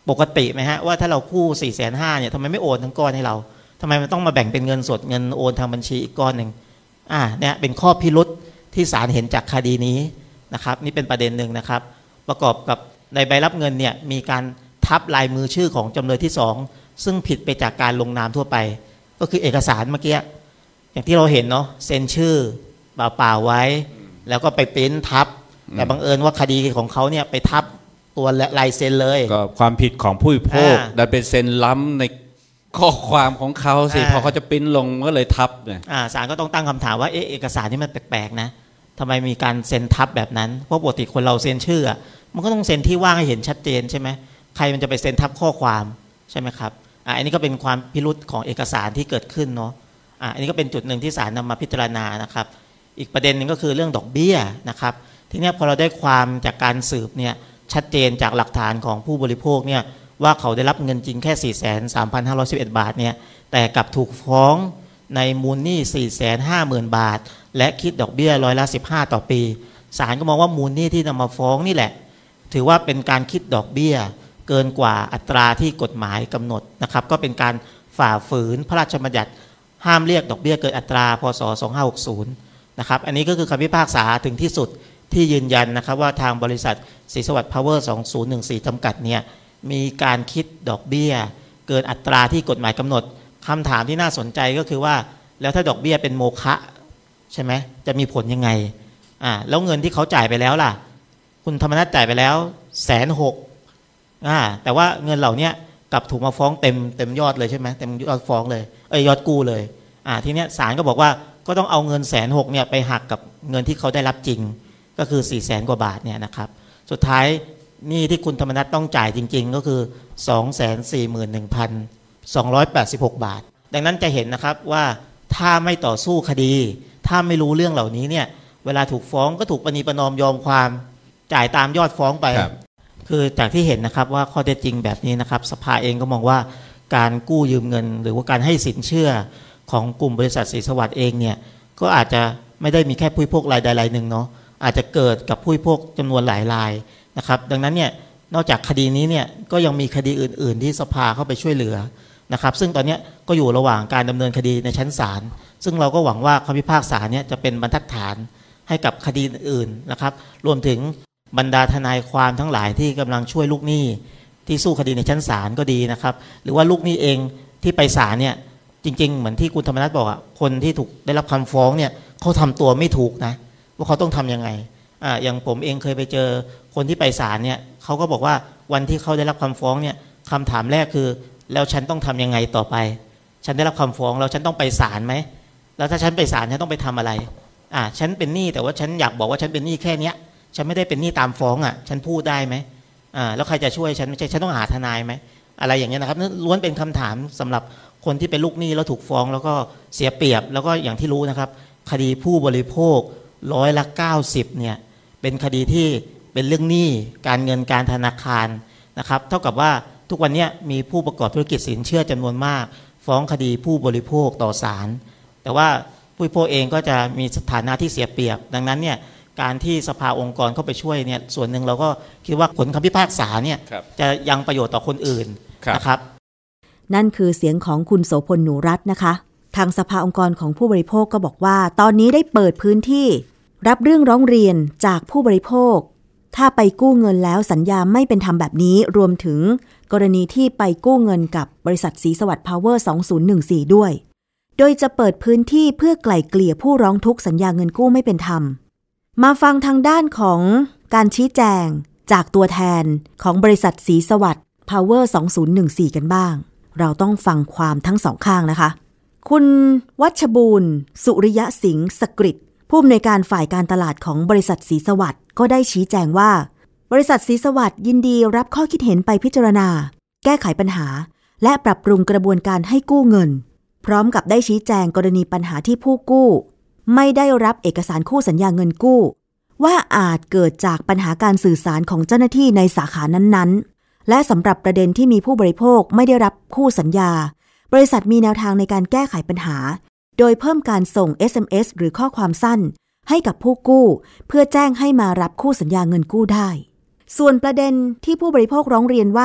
ปกติไหมฮะว่าถ้าเรากู้ สี่แสนห้าหมื่น เนี่ยทำไมไม่โอนทั้งก้อนให้เราทำไมมันต้องมาแบ่งเป็นเงินสดเงินโอนทางบัญชีอีกก้อนหนึ่งอ่าเนี่ยเป็นข้อพิรุธที่ศาลเห็นจากคดีนี้นะครับนี่เป็นประเด็นหนึ่งนะครับประกอบกับในใบรับเงินเนี่ยมีการทับลายมือชื่อของจำเลยที่สองซึ่งผิดไปจากการลงนามทั่วไปก็คือเอกสารเมื่อกี้อย่างที่เราเห็นเนาะเซ็นชื่อเปล่าๆไว้แล้วก็ไปปริ้นทับแต่บังเอิญว่าคดีของเขาเนี่ยไปทับตัวลายเซ็นเลยก็ความผิดของผู้บริโภคดันเป็นเซ็นล้ำในข้อความของเขาสิพอเขาจะปริ้นลงก็เลยทับเนี่ยศาลก็ต้องตั้งคำถามว่าเอ๊ะเอกสารที่มันแปลกๆนะทำไมมีการเซ็นทับแบบนั้นเพราะปกติคนเราเซ็นชื่อมันก็ต้องเซ็นที่ว่างให้เห็นชัดเจนใช่ไหมใครมันจะไปเซ็นทับข้อความใช่ไหมครับอ่าอันนี้ก็เป็นความพิรุธของเอกสารที่เกิดขึ้นเนาะอ่าอันนี้ก็เป็นจุดหนึ่งที่ศาลนำมาพิจารณานะครับอีกประเด็นหนึ่งก็คือเรื่องดอกเบี้ยนะครับทีนี้พอเราได้ความจากการสืบเนี่ยชัดเจนจากหลักฐานของผู้บริโภคเนี่ยว่าเขาได้รับเงินจริงแค่ สี่แสนสามพันห้าร้อยสิบเอ็ด บาทเนี่ยแต่กลับถูกฟ้องในมูลหนี้ สี่แสนห้าหมื่น บาทและคิดดอกเบี้ยร้อยละสิบห้าต่อปีศาลก็มองว่ามูลหนี้ที่นำมาฟ้องนี่แหละถือว่าเป็นการคิดดอกเบี้ยเกินกว่าอัตราที่กฎหมายกำหนดนะครับก็เป็นการฝ่าฝืนพระราชบัญญัติห้ามเรียกดอกเบี้ยเกินอัตราพ.ศ. สองพันห้าร้อยหกสิบนะครับอันนี้ก็คือคำพิพากษาถึงที่สุดที่ยืนยันนะครับว่าทางบริษัทศรีสวัสดิ์พาวเวอร์สองพันสิบสี่จำกัดเนี่ยมีการคิดดอกเบี้ยเกินอัตราที่กฎหมายกำหนดคำถามที่น่าสนใจก็คือว่าแล้วถ้าดอกเบี้ยเป็นโมฆะใช่ไหมจะมีผลยังไงอ่าแล้วเงินที่เขาจ่ายไปแล้วล่ะคุณธรรมนัสจ่ายไปแล้วแสนหกอ่าแต่ว่าเงินเหล่านี้กลับถูกมาฟ้องเต็มเต็มยอดเลยใช่ไหมเต็มยอดฟ้องเลยเอ้ยยอดกู้เลยอ่าทีเนี้ยศาลก็บอกว่าก็ต้องเอาเงินแสนหกเนี่ยไปหักกับเงินที่เขาได้รับจริงก็คือสี่แสนกว่าบาทเนี่ยนะครับสุดท้ายหนี้ที่คุณธรรมนัสต้องจ่ายจริงๆก็คือ สองแสนสี่หมื่นหนึ่งพันสองร้อยแปดสิบหก บาทดังนั้นจะเห็นนะครับว่าถ้าไม่ต่อสู้คดีถ้าไม่รู้เรื่องเหล่านี้เนี่ยเวลาถูกฟ้องก็ถูกประนีประนอมยอมความจ่ายตามยอดฟ้องไปคือจากที่เห็นนะครับว่าข้อเท็จจริงแบบนี้นะครับสภาเองก็มองว่าการกู้ยืมเงินหรือว่าการให้สินเชื่อของกลุ่มบริษัทศรีสวัสดิ์เองเนี่ยก็อาจจะไม่ได้มีแค่ผู้บริโภครายใดรายหนึ่งเนาะอาจจะเกิดกับผู้บริโภคจำนวนหลายรายนะครับดังนั้นเนี่ยนอกจากคดีนี้เนี่ยก็ยังมีคดีอื่นๆที่สภาเข้าไปช่วยเหลือนะครับซึ่งตอนนี้ก็อยู่ระหว่างการดำเนินคดีในชั้นศาลซึ่งเราก็หวังว่าคำพิพากษาเนี่ยจะเป็นบรรทัดฐานให้กับคดีอื่นๆนะครับรวมถึงบรรดาทนายความทั้งหลายที่กำลังช่วยลูกหนี้ที่สู้คดีในชั้นศาลก็ดีนะครับหรือว่าลูกหนี้เองที่ไปศาลเนี่ยจริงๆเหมือนที่คุณธรรมนัสบอกอ่ะคนที่ถูกได้รับคำฟ้องเนี่ยเขาทำตัวไม่ถูกนะว่าเขาต้องทำยังไงอ่าอย่างผมเองเคยไปเจอคนที่ไปศาลเนี่ยเขาก็บอกว่าวันที่เขาได้รับคำฟ้องเนี่ยคำถามแรกคือแล้วฉันต้องทำยังไงต่อไปฉันได้รับคำฟ้องแล้วฉันต้องไปศาลไหมแล้วถ้าฉันไปศาลฉันต้องไปทำอะไรอ่าฉันเป็นหนี้แต่ว่าฉันอยากบอกว่าฉันเป็นหนี้แค่เนี้ยฉันไม่ได้เป็นหนี้ตามฟ้องอ่ะฉันพูดได้ไหมอ่าแล้วใครจะช่วยฉันไม่ใช่ฉันต้องหาทนายไหมอะไรอย่างเงี้ยนะครับนั่นล้วนเป็นคำถามสำหรับคนที่เป็นลูกหนี้แล้วถูกฟ้องแล้วก็เสียเปรียบแล้วก็อย่างที่รู้นะครับคดีผู้บริโภคร้อยละเก้าสิบเนี่ยเป็นคดีที่เป็นเรื่องหนี้การเงินการธนาคารนะครับเท่ากับว่าทุกวันนี้มีผู้ประกอบธุรกิจสินเชื่อจำนวนมากฟ้องคดีผู้บริโภคต่อศาลแต่ว่าผู้บริโภคเองก็จะมีสถานะที่เสียเปรียบดังนั้นเนี่ยการที่สภาองค์กรเข้าไปช่วยเนี่ยส่วนหนึ่งเราก็คิดว่าผลคำพิพากษาเนี่ยจะยังประโยชน์ต่อคนอื่นนะครับนั่นคือเสียงของคุณโสพลหนูรัตน์นะคะทางสภาองค์กรของผู้บริโภคก็บอกว่าตอนนี้ได้เปิดพื้นที่รับเรื่องร้องเรียนจากผู้บริโภคถ้าไปกู้เงินแล้วสัญญาไม่เป็นธรรมแบบนี้รวมถึงกรณีที่ไปกู้เงินกับบริษัทศรีสวัสดิ์พาวเวอร์สองพันสิบสี่ด้วยโดยจะเปิดพื้นที่เพื่อไกล่เกลี่ยผู้ร้องทุกข์สัญญาเงินกู้ไม่เป็นธรรมมาฟังทางด้านของการชี้แจงจากตัวแทนของบริษัทศรีสวัสดิ์พาวเวอร์สองพันสิบสี่กันบ้างเราต้องฟังความทั้งสองข้างนะคะคุณวัชบูรณ์สุริยะสิงห์สกฤตผู้อำนวยการฝ่ายการตลาดของบริษัทศรีสวัสดิ์ก็ได้ชี้แจงว่าบริษัทศรีสวัสดิ์ยินดีรับข้อคิดเห็นไปพิจารณาแก้ไขปัญหาและปรับปรุงกระบวนการให้กู้เงินพร้อมกับได้ชี้แจงกรณีปัญหาที่ผู้กู้ไม่ได้รับเอกสารคู่สัญญาเงินกู้ว่าอาจเกิดจากปัญหาการสื่อสารของเจ้าหน้าที่ในสาขานั้นๆและสำหรับประเด็นที่มีผู้บริโภคไม่ได้รับคู่สัญญาบริษัทมีแนวทางในการแก้ไขปัญหาโดยเพิ่มการส่ง เอส เอ็ม เอส หรือข้อความสั้นให้กับผู้กู้เพื่อแจ้งให้มารับคู่สัญญาเงินกู้ได้ส่วนประเด็นที่ผู้บริโภคร้องเรียนว่า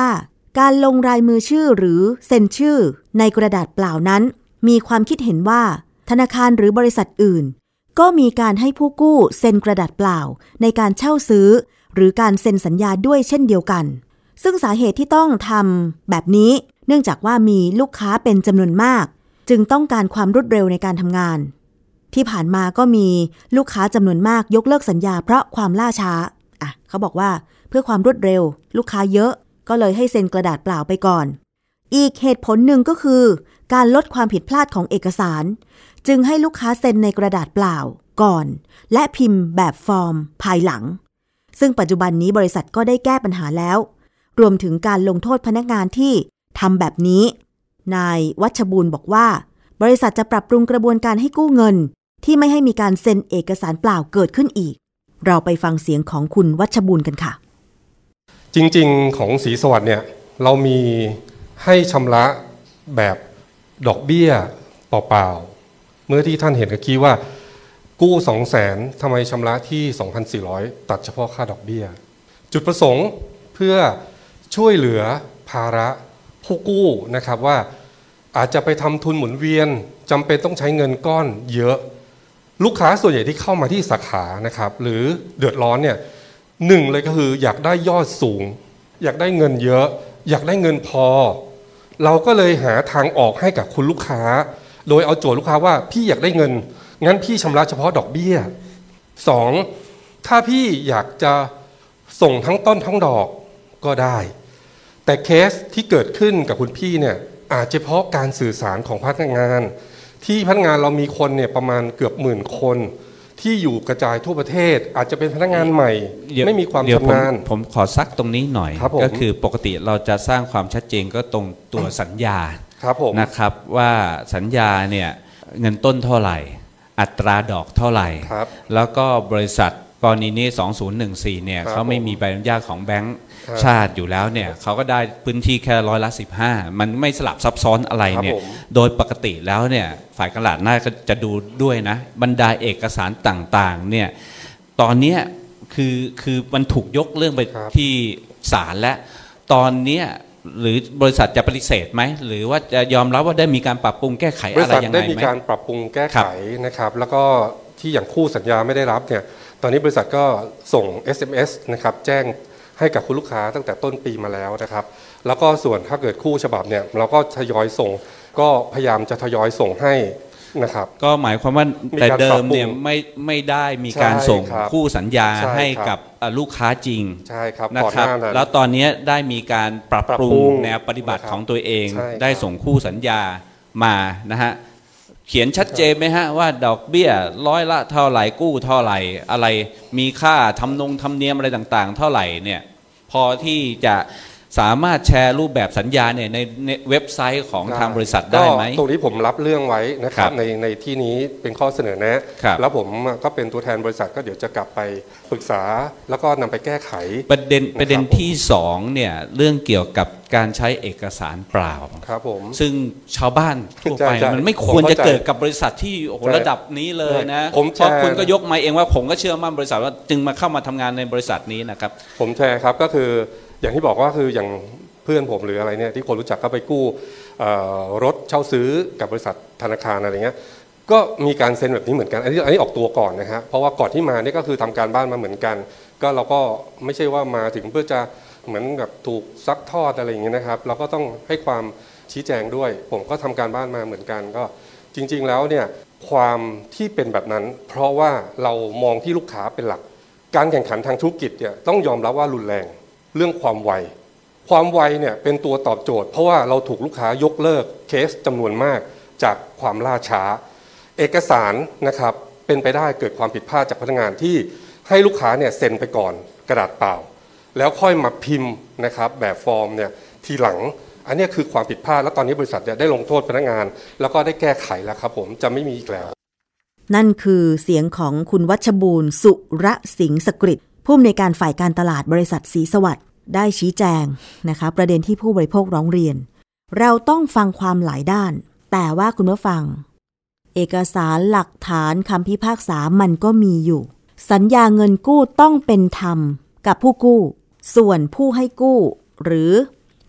การลงรายมือชื่อหรือเซ็นชื่อในกระดาษเปล่านั้นมีความคิดเห็นว่าธนาคารหรือบริษัทอื่นก็มีการให้ผู้กู้เซ็นกระดาษเปล่าในการเช่าซื้อหรือการเซ็นสัญญาด้วยเช่นเดียวกันซึ่งสาเหตุที่ต้องทำแบบนี้เนื่องจากว่ามีลูกค้าเป็นจำนวนมากจึงต้องการความรวดเร็วในการทำงานที่ผ่านมาก็มีลูกค้าจำนวนมากยกเลิกสัญญาเพราะความล่าช้าอ่ะเขาบอกว่าเพื่อความรวดเร็วลูกค้าเยอะก็เลยให้เซ็นกระดาษเปล่าไปก่อนอีกเหตุผลหนึ่งก็คือการลดความผิดพลาดของเอกสารจึงให้ลูกค้าเซ็นในกระดาษเปล่าก่อนและพิมพ์แบบฟอร์มภายหลังซึ่งปัจจุบันนี้บริษัทก็ได้แก้ปัญหาแล้วรวมถึงการลงโทษพนักงานที่ทำแบบนี้นายวัชบูลย์บอกว่าบริษัทจะปรับปรุงกระบวนการให้กู้เงินที่ไม่ให้มีการเซ็นเอกสารเปล่าเกิดขึ้นอีกเราไปฟังเสียงของคุณวัชบูลย์กันค่ะจริงๆของศรีสวัสดิ์เนี่ยเรามีให้ชำระแบบดอกเบี้ยเปล่าๆเมื่อที่ท่านเห็นเมื่อกี้ว่ากู้ สองแสน ทำไมชำระที่ สองพันสี่ร้อย ตัดเฉพาะค่าดอกเบี้ยจุดประสงค์เพื่อช่วยเหลือภาระผู้กู้นะครับว่าอาจจะไปทำทุนหมุนเวียนจำเป็นต้องใช้เงินก้อนเยอะลูกค้าส่วนใหญ่ที่เข้ามาที่สาขานะครับหรือเดือดร้อนเนี่ยหนึ่งเลยก็คืออยากได้ยอดสูงอยากได้เงินเยอะอยากได้เงินพอเราก็เลยหาทางออกให้กับคุณลูกค้าโดยเอาโจทย์ลูกค้าว่าพี่อยากได้เงินงั้นพี่ชำระเฉพาะดอกเบี้ยสองถ้าพี่อยากจะส่งทั้งต้นทั้งดอกก็ได้แต่เคสที่เกิดขึ้นกับคุณพี่เนี่ยอาจจะเพราะการสื่อสารของพนักงานที่พนักงานเรามีคนเนี่ยประมาณเกือบหมื่นคนที่อยู่กระจายทั่วประเทศอาจจะเป็นพนักงานใหม่ไม่มีความชำนาญผมขอซักตรงนี้หน่อยก็คือปกติเราจะสร้างความชัดเจนก็ตรงตัวสัญญานะครับว่าสัญญาเนี่ยเงินต้นเท่าไหร่อัตราดอกเท่าไหร่แล้วก็บริษัทกรณีนี้สองพันสิบสี่เนี่ยเขาไม่มีใบอนุญาตของแบงก์ชาติอยู่แล้วเนี่ยเขาก็ได้พื้นที่แค่ร้อยละสิบห้ามันไม่สลับซับซ้อนอะไรเนี่ยโดยปกติแล้วเนี่ยฝ่ายตลาดน่าจะดูด้วยนะบรรดาเอกสารต่างๆเนี่ยตอนนี้คือคือมันถูกยกเรื่องไปที่ศาลและตอนนี้หรือบริษัทจะปฏิเสธไหมหรือว่าจะยอมรับว่าได้มีการปรับปรุงแก้ไขอะไรยังไงไหมบริษัทได้มีการปรับปรุงแก้ไขนะครับแล้วก็ที่อย่างคู่สัญญาไม่ได้รับเนี่ยตอนนี้บริษัทก็ส่ง เอส เอ็ม เอส นะครับแจ้งให้กับคุณลูกค้าตั้งแต่ต้นปีมาแล้วนะครับแล้วก็ส่วนถ้าเกิดคู่ฉบับเนี่ยเราก็ทยอยส่งก็พยายามจะทยอยส่งให้นะครับก็หมายความว่าแต่เดิมเนี่ยไม่ไม่ได้มีการส่งคู่สัญญาให้กับลูกค้าจริงใช่ครับนะครับแล้วตอนนี้ได้มีการปรับปรุงแนวปฏิบัติของตัวเองได้ส่งคู่สัญญามานะฮะเขียนชัดเจนไหมฮะว่าดอกเบี้ยร้อยละเท่าไหร่กู้เท่าไหร่อะไรมีค่าทำนงทำเนียมอะไรต่างๆเท่าไหร่เนี่ยพอที่จะสามารถแชร์รูปแบบสัญญาเนี่ยในเว็บไซต์ของทางบริษัทได้ไหมตรงนี้ผมรับเรื่องไว้นะครับในในที่นี้เป็นข้อเสนอแนะแล้วผมก็เป็นตัวแทนบริษัทก็เดี๋ยวจะกลับไปปรึกษาแล้วก็นำไปแก้ไขประเด็นประเด็นที่สองเนี่ยเรื่องเกี่ยวกับการใช้เอกสารเปล่าครับผมซึ่งชาวบ้านทั่วไปมันไม่ควรจะเกิดกับบริษัทที่โอ้โหระดับนี้เลยนะเพราะคุณก็ยกมาเองว่าผมก็เชื่อมั่นบริษัทว่าจึงมาเข้ามาทำงานในบริษัทนี้นะครับผมแชร์ครับก็คืออย่างที่บอกว่าคืออย่างเพื่อนผมหรืออะไรเนี่ยที่คนรู้จักก็ไปกู้รถเช่าซื้อกับบริษัทธนาคารอะไรเงี้ยก็มีการเซ็นแบบนี้เหมือนกันอันนี้อันนี้ออกตัวก่อนนะฮะเพราะว่าก่อนที่มาเนี่ยก็คือทำการบ้านมาเหมือนกันก็เราก็ไม่ใช่ว่ามาถึงเพื่อจะเหมือนแบบถูกซักทอดอะไรอย่างเงี้ยนะครับเราก็ต้องให้ความชี้แจงด้วยผมก็ทำการบ้านมาเหมือนกันก็จริงๆแล้วเนี่ยความที่เป็นแบบนั้นเพราะว่าเรามองที่ลูกค้าเป็นหลักการแข่งขันทางธุรกิจเนี่ยต้องยอมรับว่ารุนแรงเรื่องความไวความไวเนี่ยเป็นตัวตอบโจทย์เพราะว่าเราถูกลูกค้ายกเลิกเคสจำนวนมากจากความล่าช้าเอกสารนะครับเป็นไปได้เกิดความผิดพลาดจากพนักงานที่ให้ลูกค้าเนี่ยเซ็นไปก่อนกระดาษเปล่าแล้วค่อยมาพิมพ์นะครับแบบฟอร์มเนี่ยทีหลังอันนี้คือความผิดพลาดแล้วตอนนี้บริษัทได้ลงโทษพนักงานแล้วก็ได้แก้ไขแล้วครับผมจะไม่มีอีกแล้วนั่นคือเสียงของคุณวัชบูลย์สุรสิงห์สกฤตผู้อำนวยการฝ่ายการตลาดบริษัทศรีสวัสดิ์ได้ชี้แจงนะคะประเด็นที่ผู้บริโภคร้องเรียนเราต้องฟังความหลายด้านแต่ว่าคุณผู้ฟังเอกสารหลักฐานคำพิพากษามันก็มีอยู่สัญญาเงินกู้ต้องเป็นธรรมกับผู้กู้ส่วนผู้ให้กู้หรือ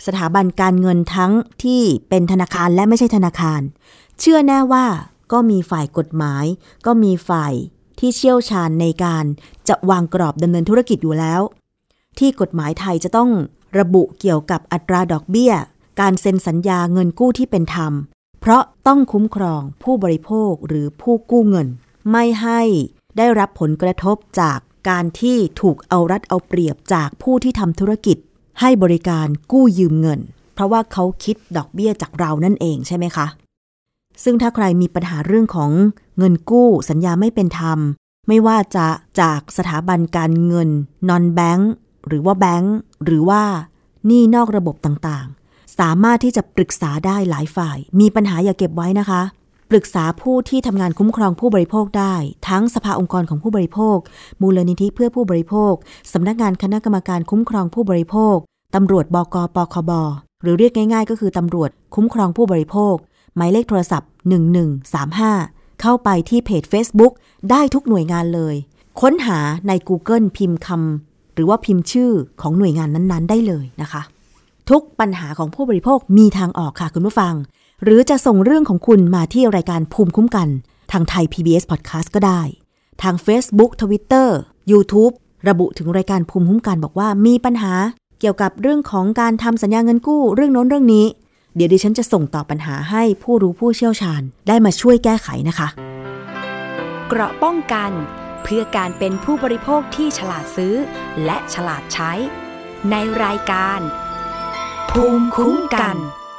สถาบันการเงินทั้งที่เป็นธนาคารและไม่ใช่ธนาคารเชื่อแน่ว่าก็มีฝ่ายกฎหมายก็มีฝ่ายที่เชี่ยวชาญในการจะวางกรอบดำเนินธุรกิจอยู่แล้วที่กฎหมายไทยจะต้องระบุเกี่ยวกับอัตราดอกเบี้ยการเซ็นสัญญาเงินกู้ที่เป็นธรรมเพราะต้องคุ้มครองผู้บริโภคหรือผู้กู้เงินไม่ให้ได้รับผลกระทบจากการที่ถูกเอารัดเอาเปรียบจากผู้ที่ทำธุรกิจให้บริการกู้ยืมเงินเพราะว่าเขาคิดดอกเบี้ยจากเรานั่นเองใช่ไหมคะซึ่งถ้าใครมีปัญหาเรื่องของเงินกู้สัญญาไม่เป็นธรรมไม่ว่าจะจากสถาบันการเงินนอนแบงก์หรือว่าแบงก์หรือว่าหนี้นอกระบบต่างๆสามารถที่จะปรึกษาได้หลายฝ่ายมีปัญหาอย่าเก็บไว้นะคะปรึกษาผู้ที่ทำงานคุ้มครองผู้บริโภคได้ทั้งสภาองค์กรของผู้บริโภคมูลนิธิเพื่อผู้บริโภคสำนักงานคณะกรรมการคุ้มครองผู้บริโภคตำรวจบก.ปคบ.หรือเรียกง่ายๆก็คือตำรวจคุ้มครองผู้บริโภคหมายเลขโทรศัพท์หนึ่งหนึ่งสามห้าเข้าไปที่เพจ Facebook ได้ทุกหน่วยงานเลยค้นหาใน Google พิมพ์คำหรือว่าพิมพ์ชื่อของหน่วยงานนั้นๆได้เลยนะคะทุกปัญหาของผู้บริโภคมีทางออกค่ะคุณผู้ฟังหรือจะส่งเรื่องของคุณมาที่รายการภูมิคุ้มกันทางไทย พี บี เอส Podcast ก็ได้ทาง Facebook Twitter YouTube ระบุถึงรายการภูมิคุ้มกันบอกว่ามีปัญหาเกี่ยวกับเรื่องของการทำสัญญาเงินกู้เรื่องโน้นเรื่องนี้เดี๋ยวดิฉันจะส่งต่อปัญหาให้ผู้รู้ผู้เชี่ยวชาญได้มาช่วยแก้ไขนะคะเกราะป้องกันเพื่อการเป็นผู้บริโภคที่ฉลาดซื้อและฉลาดใช้ในรายการภูมิคุ้มกัน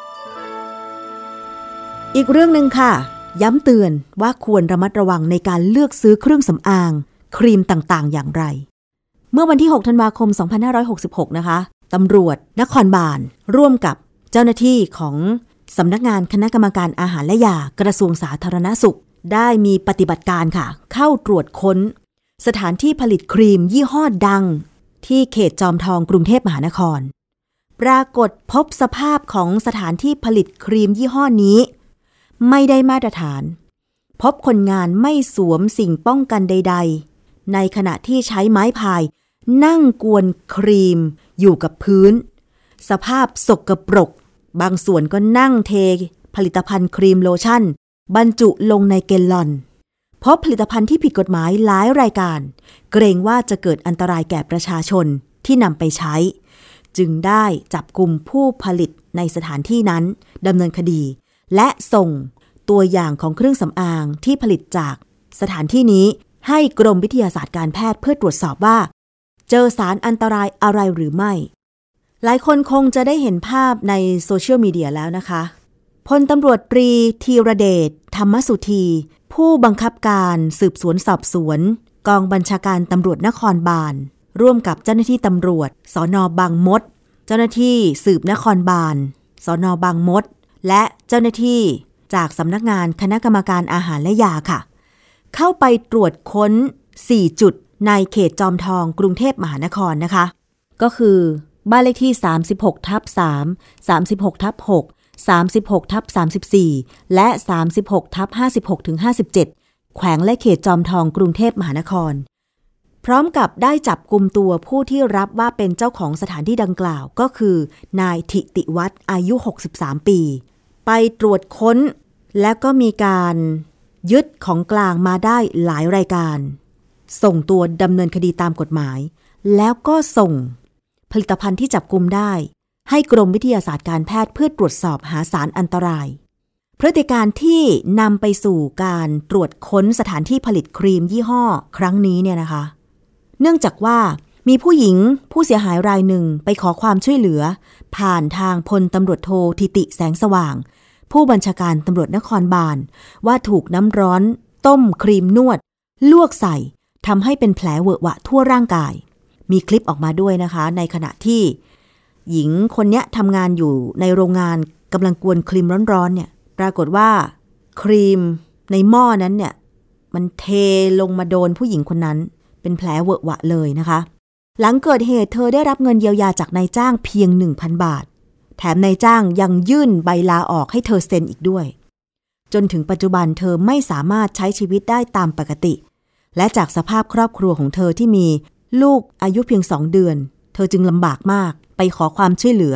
อีกเรื่องนึงค่ะย้ำเตือนว่าควรระมัดระวังในการเลือกซื้อเครื่องสำอางครีมต่างๆอย่างไรเมื่อวันที่หกธันวาคมสองพันห้าร้อยหกสิบหกนะคะตำรวจนครบาลร่วมกับเจ้าหน้าที่ของสำนักงานคณะกรรมการอาหารและยากระทรวงสาธารณสุขได้มีปฏิบัติการค่ะเข้าตรวจค้นสถานที่ผลิตครีมยี่ห้อดังที่เขตจอมทองกรุงเทพมหานครปรากฏพบสภาพของสถานที่ผลิตครีมยี่ห้อนี้ไม่ได้มาตรฐานพบคนงานไม่สวมสิ่งป้องกันใดๆในขณะที่ใช้ไม้พายนั่งกวนครีมอยู่กับพื้นสภาพสกปรกบางส่วนก็นั่งเทผลิตภัณฑ์ครีมโลชั่นบรรจุลงในแกลลอนพบผลิตภัณฑ์ที่ผิดกฎหมายหลายรายการเกรงว่าจะเกิดอันตรายแก่ประชาชนที่นำไปใช้จึงได้จับกุมผู้ผลิตในสถานที่นั้นดำเนินคดีและส่งตัวอย่างของเครื่องสำอางที่ผลิตจากสถานที่นี้ให้กรมวิทยาศาสตร์การแพทย์เพื่อตรวจสอบว่าเจอสารอันตรายอะไรหรือไม่หลายคนคงจะได้เห็นภาพในโซเชียลมีเดียแล้วนะคะพลตำรวจตรีธีรเดชธรรมสุธีผู้บังคับการสืบสวนสอบสวนกองบัญชาการตำรวจนครบาลร่วมกับเจ้าหน้าที่ตำรวจสน.บางมดเจ้าหน้าที่สืบนครบาลสน.บางมดและเจ้าหน้าที่จากสำนักงานคณะกรรมการอาหารและยาค่ะเข้าไปตรวจค้นสี่จุดในเขตจอมทองกรุงเทพมหานครนะคะก็คือบ้านเลขที่ สามสิบหกทับสาม สามสิบหกทับหก สามสิบหกทับสามสิบสี่ และ สามสิบหกทับห้าสิบหกถึงห้าสิบเจ็ด แขวงและเขตจอมทองกรุงเทพมหานครพร้อมกับได้จับกุมตัวผู้ที่รับว่าเป็นเจ้าของสถานที่ดังกล่าวก็คือนายธิติวัฒน์อายุหกสิบสามปีไปตรวจค้นและก็มีการยึดของกลางมาได้หลายรายการส่งตัวดำเนินคดีตามกฎหมายแล้วก็ส่งผลิตภัณฑ์ที่จับกุมได้ให้กรมวิทยาศาสตร์การแพทย์เพื่อตรวจสอบหาสารอันตรายพฤติการที่นำไปสู่การตรวจค้นสถานที่ผลิตครีมยี่ห้อครั้งนี้เนี่ยนะคะเนื่องจากว่ามีผู้หญิงผู้เสียหายรายหนึ่งไปขอความช่วยเหลือผ่านทางพลตำรวจโทธิติแสงสว่างผู้บัญชาการตำรวจนครบาลว่าถูกน้ำร้อนต้มครีมนวดลวกใส่ทำให้เป็นแผลเวอะหวะทั่วร่างกายมีคลิปออกมาด้วยนะคะในขณะที่หญิงคนนี้ทำงานอยู่ในโรงงานกำลังกวนครีมร้อนๆเนี่ยปรากฏว่าครีมในหม้อนั้นเนี่ยมันเทลงมาโดนผู้หญิงคนนั้นเป็นแผลเวอะหวะเลยนะคะหลังเกิดเหตุเธอได้รับเงินเยียวยาจากนายจ้างเพียง หนึ่งพัน บาทแถมนายจ้างยังยื่นใบลาออกให้เธอเซ็นอีกด้วยจนถึงปัจจุบันเธอไม่สามารถใช้ชีวิตได้ตามปกติและจากสภาพครอบครัวของเธอที่มีลูกอายุเพียงสองเดือนเธอจึงลำบากมากไปขอความช่วยเหลือ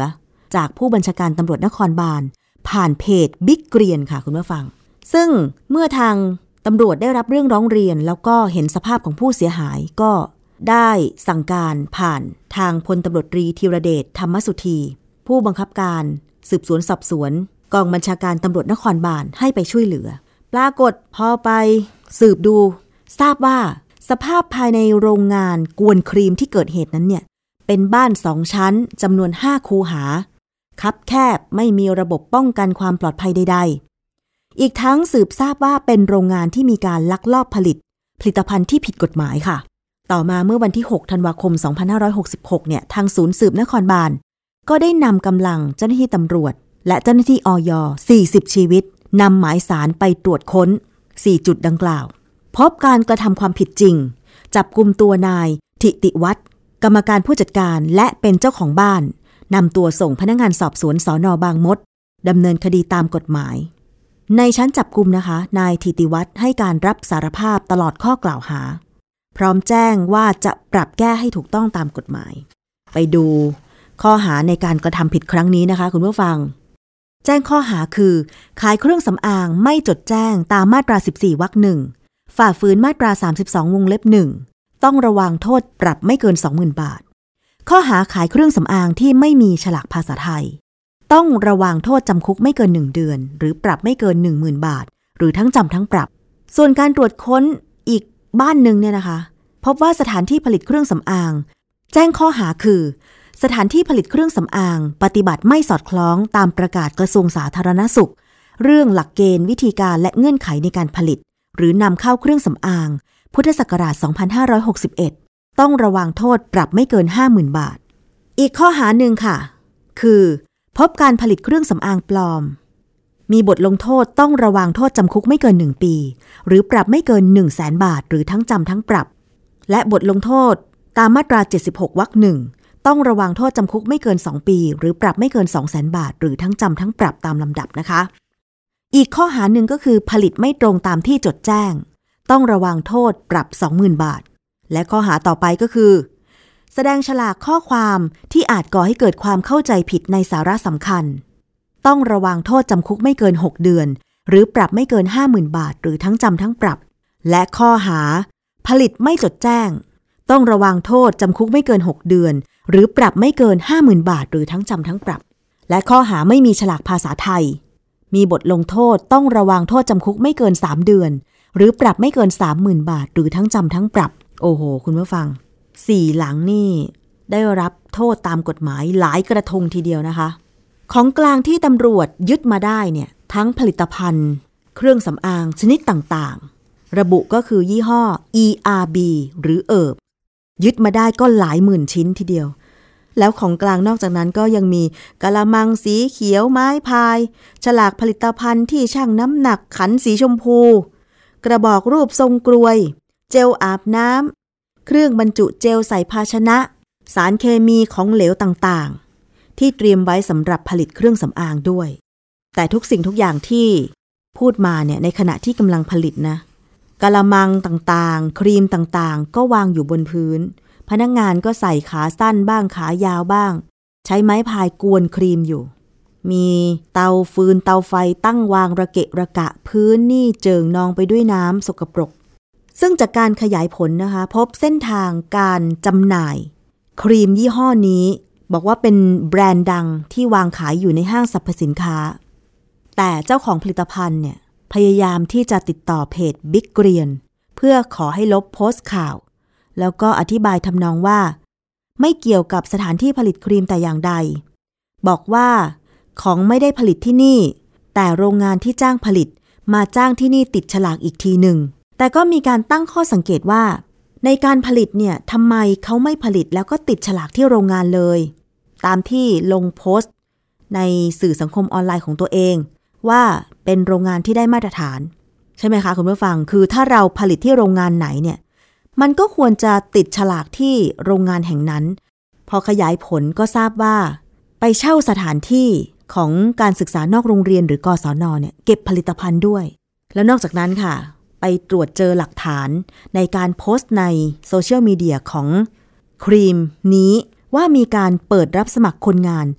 จากผู้บัญชาการตำรวจนครบาลผ่านเพจบิ๊กเกรียนค่ะคุณผู้ฟังซึ่งเมื่อทางตำรวจได้รับเรื่องร้องเรียนแล้วก็เห็นสภาพของผู้เสียหายก็ได้สั่งการผ่านทางพลตำรวจตรีธีรเดชธรรมสุธีผู้บังคับการสืบสวนสอบสวนกองบัญชาการตำรวจนครบาลให้ไปช่วยเหลือปรากฏพอไปสืบดูทราบว่าสภาพภายในโรงงานกวนครีมที่เกิดเหตุนั้นเนี่ยเป็นบ้านสองชั้นจำนวนห้าคูหาคับแคบไม่มีระบบป้องกันความปลอดภัยใดๆอีกทั้งสืบทราบว่าเป็นโรงงานที่มีการลักลอบผลิตผลิตภัณฑ์ที่ผิดกฎหมายค่ะต่อมาเมื่อวันที่หกธันวาคมสองพันห้าร้อยหกสิบหกเนี่ยทางศูนย์สืบนครบาลก็ได้นำกำลังเจ้าหน้าที่ตำรวจและเจ้าหน้าที่อย สี่สิบชีวิตนำหมายสารไปตรวจค้นสี่จุดดังกล่าวพบการกระทำความผิดจริงจับกุมตัวนายธิติวัฒน์กรรมการผู้จัดการและเป็นเจ้าของบ้านนำตัวส่งพนักงานสอบสวนสน.บางมดดำเนินคดีตามกฎหมายในชั้นจับกุมนะคะนายธิติวัฒน์ให้การรับสารภาพตลอดข้อกล่าวหาพร้อมแจ้งว่าจะปรับแก้ให้ถูกต้องตามกฎหมายไปดูข้อหาในการกระทำผิดครั้งนี้นะคะคุณผู้ฟังแจ้งข้อหาคือขายเครื่องสำอางไม่จดแจ้งตามมาตราสิบสี่วรรคหนึ่งฝ่าฝืนมาตราสามสิบสองวงเล็บหนึ่งต้องระวังโทษปรับไม่เกิน สองหมื่น บาทข้อหาขายเครื่องสำอางที่ไม่มีฉลากภาษาไทยต้องระวังโทษจำคุกไม่เกินหนึ่งเดือนหรือปรับไม่เกิน หนึ่งหมื่น บาทหรือทั้งจำทั้งปรับส่วนการตรวจค้นอีกบ้านหนึ่งเนี่ยนะคะพบว่าสถานที่ผลิตเครื่องสำอางแจ้งข้อหาคือสถานที่ผลิตเครื่องสำอางปฏิบัติไม่สอดคล้องตามประกาศกระทรวงสาธารณสุขเรื่องหลักเกณฑ์วิธีการและเงื่อนไขในการผลิตหรือนำเข้าเครื่องสำอางพุทธศักราชสองพันห้าร้อยหกสิบเอ็ดต้องระวังโทษปรับไม่เกิน ห้าหมื่น บาทอีกข้อหาหนึ่งค่ะคือพบการผลิตเครื่องสำอางปลอมมีบทลงโทษต้องระวังโทษจำคุกไม่เกินหนึ่งปีหรือปรับไม่เกิน หนึ่งแสน บาทหรือทั้งจำทั้งปรับและบทลงโทษตามมาตราเจ็ดสิบหกวรรคหนึ่งต้องระวังโทษจำคุกไม่เกินสองปีหรือปรับไม่เกิน สองแสน บาทหรือทั้งจำทั้งปรับตามลำดับนะคะอีกข้อหาหนึ่งก็คือผลิตไม่ตรงตามที่จดแจ้งต้องระวังโทษปรับ สองหมื่น บาทและข้อหาต่อไปก็คือแสดงฉลากข้อความที่อาจก่อให้เกิดความเข้าใจผิดในสาระสำคัญต้องระวังโทษจำคุกไม่เกินหกเดือนหรือปรับไม่เกิน ห้าหมื่น บาทหรือทั้งจำทั้งปรับและข้อหาผลิตไม่จดแจ้งต้องระวังโทษจำคุกไม่เกินหกเดือนหรือปรับไม่เกิน ห้าหมื่น บาทหรือทั้งจำทั้งปรับและข้อหาไม่มีฉลากภาษาไทยมีบทลงโทษต้องระวังโทษจำคุกไม่เกินสามเดือนหรือปรับไม่เกิน สามหมื่น บาทหรือทั้งจำทั้งปรับโอ้โหคุณผู้ฟังสี่หลังนี่ได้รับโทษตามกฎหมายหลายกระทงทีเดียวนะคะของกลางที่ตำรวจยึดมาได้เนี่ยทั้งผลิตภัณฑ์เครื่องสำอางชนิดต่างๆระบุก็คือยี่ห้อ อี อาร์ บี หรือเอิบยึดมาได้ก็หลายหมื่นชิ้นทีเดียวแล้วของกลางนอกจากนั้นก็ยังมีกะละมังสีเขียวไม้พายฉลากผลิตภัณฑ์ที่ชั่งน้ำหนักขันสีชมพูกระบอกรูปทรงกรวยเจลอาบน้ำเครื่องบรรจุเจลใส่ภาชนะสารเคมีของเหลวต่างๆที่เตรียมไว้สำหรับผลิตเครื่องสำอางด้วยแต่ทุกสิ่งทุกอย่างที่พูดมาเนี่ยในขณะที่กำลังผลิตนะกะละมังต่างๆครีมต่างๆก็วางอยู่บนพื้นพนักงานก็ใส่ขาสั้นบ้างขายาวบ้างใช้ไม้พายกวนครีมอยู่มีเตาฟืนเตาไฟตั้งวางระเกะระกะพื้นนี่เจิ่งนองไปด้วยน้ำสกปรกซึ่งจากการขยายผลนะคะพบเส้นทางการจำหน่ายครีมยี่ห้อนี้บอกว่าเป็นแบรนด์ดังที่วางขายอยู่ในห้างสรรพสินค้าแต่เจ้าของผลิตภัณฑ์เนี่ยพยายามที่จะติดต่อเพจบิ๊กเกรียนเพื่อขอให้ลบโพสต์ข่าวแล้วก็อธิบายทำนองว่าไม่เกี่ยวกับสถานที่ผลิตครีมแต่อย่างใดบอกว่าของไม่ได้ผลิตที่นี่แต่โรงงานที่จ้างผลิตมาจ้างที่นี่ติดฉลากอีกทีหนึ่งแต่ก็มีการตั้งข้อสังเกตว่าในการผลิตเนี่ยทำไมเขาไม่ผลิตแล้วก็ติดฉลากที่โรงงานเลยตามที่ลงโพสต์ในสื่อสังคมออนไลน์ของตัวเองว่าเป็นโรงงานที่ได้มาตรฐานใช่ไหมคะคุณผู้ฟังคือถ้าเราผลิตที่โรงงานไหนเนี่ยมันก็ควรจะติดฉลากที่โรงงานแห่งนั้นพอขยายผลก็ทราบว่าไปเช่าสถานที่ของการศึกษานอกโรงเรียนหรือกศน.เนี่ยเก็บผลิตภัณฑ์ด้วยแล้วนอกจากนั้นค่ะไปตรวจเจอหลักฐานในการโพสต์ในโซเชียลมีเดียของครีมนี้ว่ามีการเปิดรับสมัครคนงาน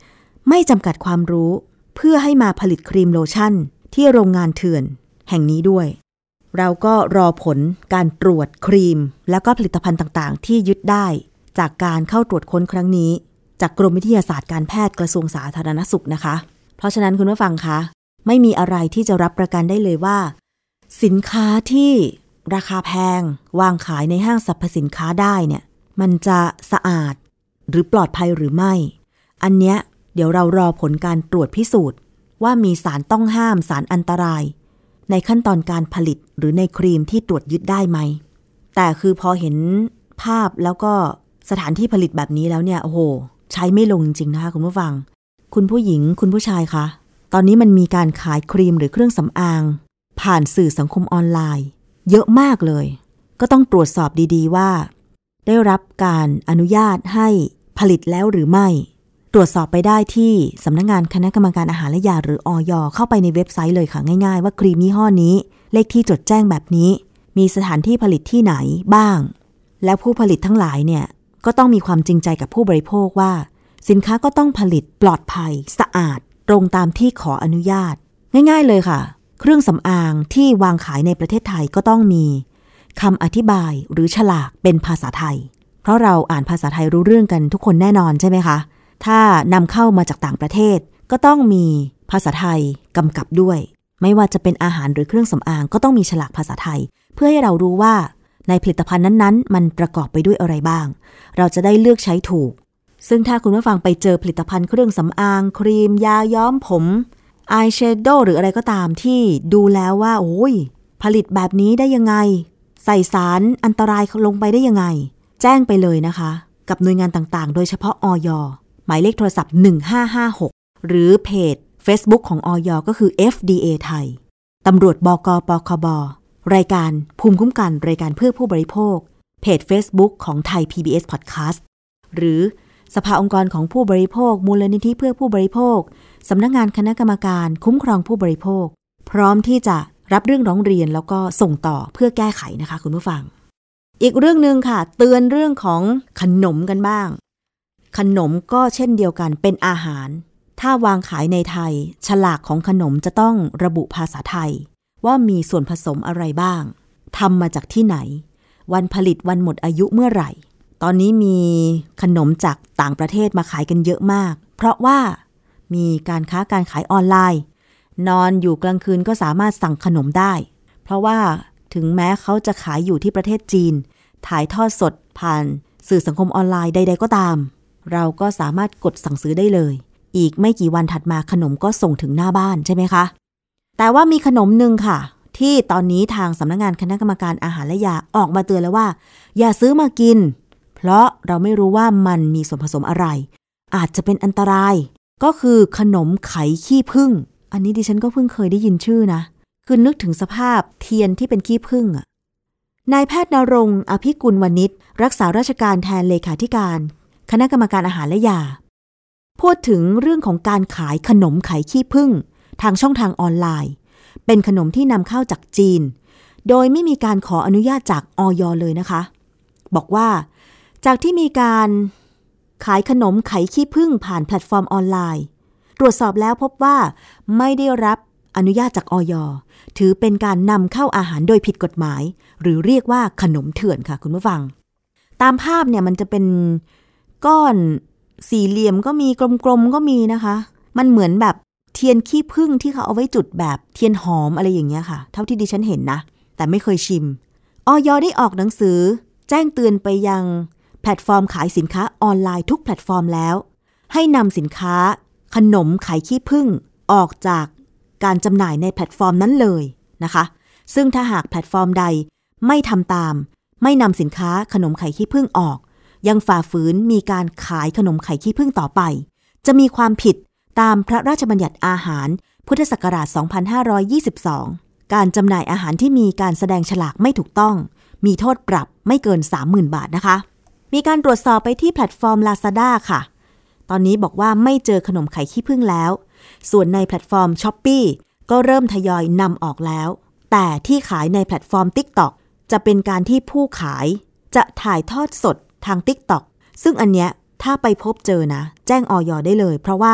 ไม่จำกัดความรู้เพื่อให้มาผลิตครีมโลชั่นที่โรงงานเถื่อนแห่งนี้ด้วยเราก็รอผลการตรวจครีมแล้วก็ผลิตภัณฑ์ต่างๆที่ยึดได้จากการเข้าตรวจค้นครั้งนี้จากกรมวิทยาศาสตร์การแพทย์กระทรวงสาธารณสุขนะคะเพราะฉะนั้นคุณผู้ฟังคะไม่มีอะไรที่จะรับประกันได้เลยว่าสินค้าที่ราคาแพงวางขายในห้างสรรพสินค้าได้เนี่ยมันจะสะอาดหรือปลอดภัยหรือไม่อันเนี้ยเดี๋ยวเรารอผลการตรวจพิสูจน์ว่ามีสารต้องห้ามสารอันตรายในขั้นตอนการผลิตหรือในครีมที่ตรวจยึดได้ไหมแต่คือพอเห็นภาพแล้วก็สถานที่ผลิตแบบนี้แล้วเนี่ยโอ้โหใช้ไม่ลงจริงๆนะคะคุณผู้ฟังคุณผู้หญิงคุณผู้ชายคะตอนนี้มันมีการขายครีมหรือเครื่องสำอางผ่านสื่อสังคมออนไลน์เยอะมากเลยก็ต้องตรวจสอบดีๆว่าได้รับการอนุญาตให้ผลิตแล้วหรือไม่ตรวจสอบไปได้ที่สำนักงานคณะกรรมการอาหารและยาหรืออย.เข้าไปในเว็บไซต์เลยค่ะง่ายๆว่าครีมยี่ห้อนี้เลขที่จดแจ้งแบบนี้มีสถานที่ผลิตที่ไหนบ้างแล้วผู้ผลิตทั้งหลายเนี่ยก็ต้องมีความจริงใจกับผู้บริโภคว่าสินค้าก็ต้องผลิตปลอดภัยสะอาดตรงตามที่ขออนุญาตง่ายๆเลยค่ะเครื่องสำอางที่วางขายในประเทศไทยก็ต้องมีคำอธิบายหรือฉลากเป็นภาษาไทยเพราะเราอ่านภาษาไทยรู้เรื่องกันทุกคนแน่นอนใช่ไหมคะถ้านำเข้ามาจากต่างประเทศก็ต้องมีภาษาไทยกำกับด้วยไม่ว่าจะเป็นอาหารหรือเครื่องสำอางก็ต้องมีฉลากภาษาไทยเพื่อให้เรารู้ว่าในผลิตภัณฑ์นั้นๆมันประกอบไปด้วยอะไรบ้างเราจะได้เลือกใช้ถูกซึ่งถ้าคุณผู้ฟังไปเจอผลิตภัณฑ์เครื่องสำอางครีมยาย้อมผมอายแชโดว์หรืออะไรก็ตามที่ดูแล้วว่าโอ้ยผลิตแบบนี้ได้ยังไงใส่สารอันตรายลงไปได้ยังไงแจ้งไปเลยนะคะกับหน่วยงานต่างๆโดยเฉพาะอย.หมายเลขโทรศัพท์หนึ่งห้าห้าหกหรือเพจ Facebook ของอย.ก็คือ เอฟ ดี เอ ไทยตำรวจบก.ปคบ.รายการภูมิคุ้มกันรายการเพื่อผู้บริโภคเพจ Facebook ของไทย พี บี เอส Podcast หรือสภาองค์กรของผู้บริโภคมูลนิธิเพื่อผู้บริโภคสำนักงานคณะกรรมการคุ้มครองผู้บริโภคพร้อมที่จะรับเรื่องร้องเรียนแล้วก็ส่งต่อเพื่อแก้ไขนะคะคุณผู้ฟังอีกเรื่องนึงค่ะเตือนเรื่องของขนมกันบ้างขนมก็เช่นเดียวกันเป็นอาหารถ้าวางขายในไทยฉลากของขนมจะต้องระบุภาษาไทยว่ามีส่วนผสมอะไรบ้างทำมาจากที่ไหนวันผลิตวันหมดอายุเมื่อไหร่ตอนนี้มีขนมจากต่างประเทศมาขายกันเยอะมากเพราะว่ามีการค้าการขายออนไลน์นอนอยู่กลางคืนก็สามารถสั่งขนมได้เพราะว่าถึงแม้เขาจะขายอยู่ที่ประเทศจีนถ่ายทอดสดผ่านสื่อสังคมออนไลน์ใดๆก็ตามเราก็สามารถกดสั่งซื้อได้เลยอีกไม่กี่วันถัดมาขนมก็ส่งถึงหน้าบ้านใช่ไหมคะแต่ว่ามีขนมนึงค่ะที่ตอนนี้ทางสำนักงานคณะกรรมการอาหารและยาออกมาเตือนแล้วว่าอย่าซื้อมากินเพราะเราไม่รู้ว่ามันมีส่วนผสมอะไรอาจจะเป็นอันตรายก็คือขนมไขขี้ผึ้งอันนี้ดิฉันก็เพิ่งเคยได้ยินชื่อนะคือนึกถึงสภาพเทียนที่เป็นขี้ผึ้งอ่ะนายแพทย์ณรงค์อภิกุลวณิชรักษาราชการแทนเลขาธิการคณะกรรมการอาหารและยาพูดถึงเรื่องของการขายขนมไขขี้ผึ้งทางช่องทางออนไลน์เป็นขนมที่นำเข้าจากจีนโดยไม่มีการขออนุญาตจากอย.เลยนะคะบอกว่าจากที่มีการขายขนมไขขี้ผึ้งผ่านแพลตฟอร์มออนไลน์ตรวจสอบแล้วพบว่าไม่ได้รับอนุญาตจากอย.ถือเป็นการนำเข้าอาหารโดยผิดกฎหมายหรือเรียกว่าขนมเถื่อนค่ะคุณผู้ฟังตามภาพเนี่ยมันจะเป็นก้อนสี่เหลี่ยมก็มีกลมๆก็มีนะคะมันเหมือนแบบเทียนขี้ผึ้งที่เขาเอาไว้จุดแบบเทียนหอมอะไรอย่างเงี้ยค่ะเท่าที่ดิฉันเห็นนะแต่ไม่เคยชิมอย.ได้ออกหนังสือแจ้งเตือนไปยังแพลตฟอร์มขายสินค้าออนไลน์ทุกแพลตฟอร์มแล้วให้นำสินค้าขนมไขขี้ผึ้งออกจากการจำหน่ายในแพลตฟอร์มนั้นเลยนะคะซึ่งถ้าหากแพลตฟอร์มใดไม่ทำตามไม่นำสินค้าขนมไข่ขี้ผึ้งออกยังฝ่าฝืนมีการขายขนมไข่ขี้ผึ้งต่อไปจะมีความผิดตามพระราชบัญญัติอาหารพุทธศักราชสองพันห้าร้อยยี่สิบสองการจำหน่ายอาหารที่มีการแสดงฉลากไม่ถูกต้องมีโทษปรับไม่เกิน สามหมื่น บาทนะคะมีการตรวจสอบไปที่แพลตฟอร์ม Lazada ค่ะตอนนี้บอกว่าไม่เจอขนมไข่ขี้ผึ้งแล้วส่วนในแพลตฟอร์ม Shopee ก็เริ่มทยอยนำออกแล้วแต่ที่ขายในแพลตฟอร์ม TikTok จะเป็นการที่ผู้ขายจะถ่ายทอดสดทาง TikTok ซึ่งอันเนี้ยถ้าไปพบเจอนะแจ้งอย.ได้เลยเพราะว่า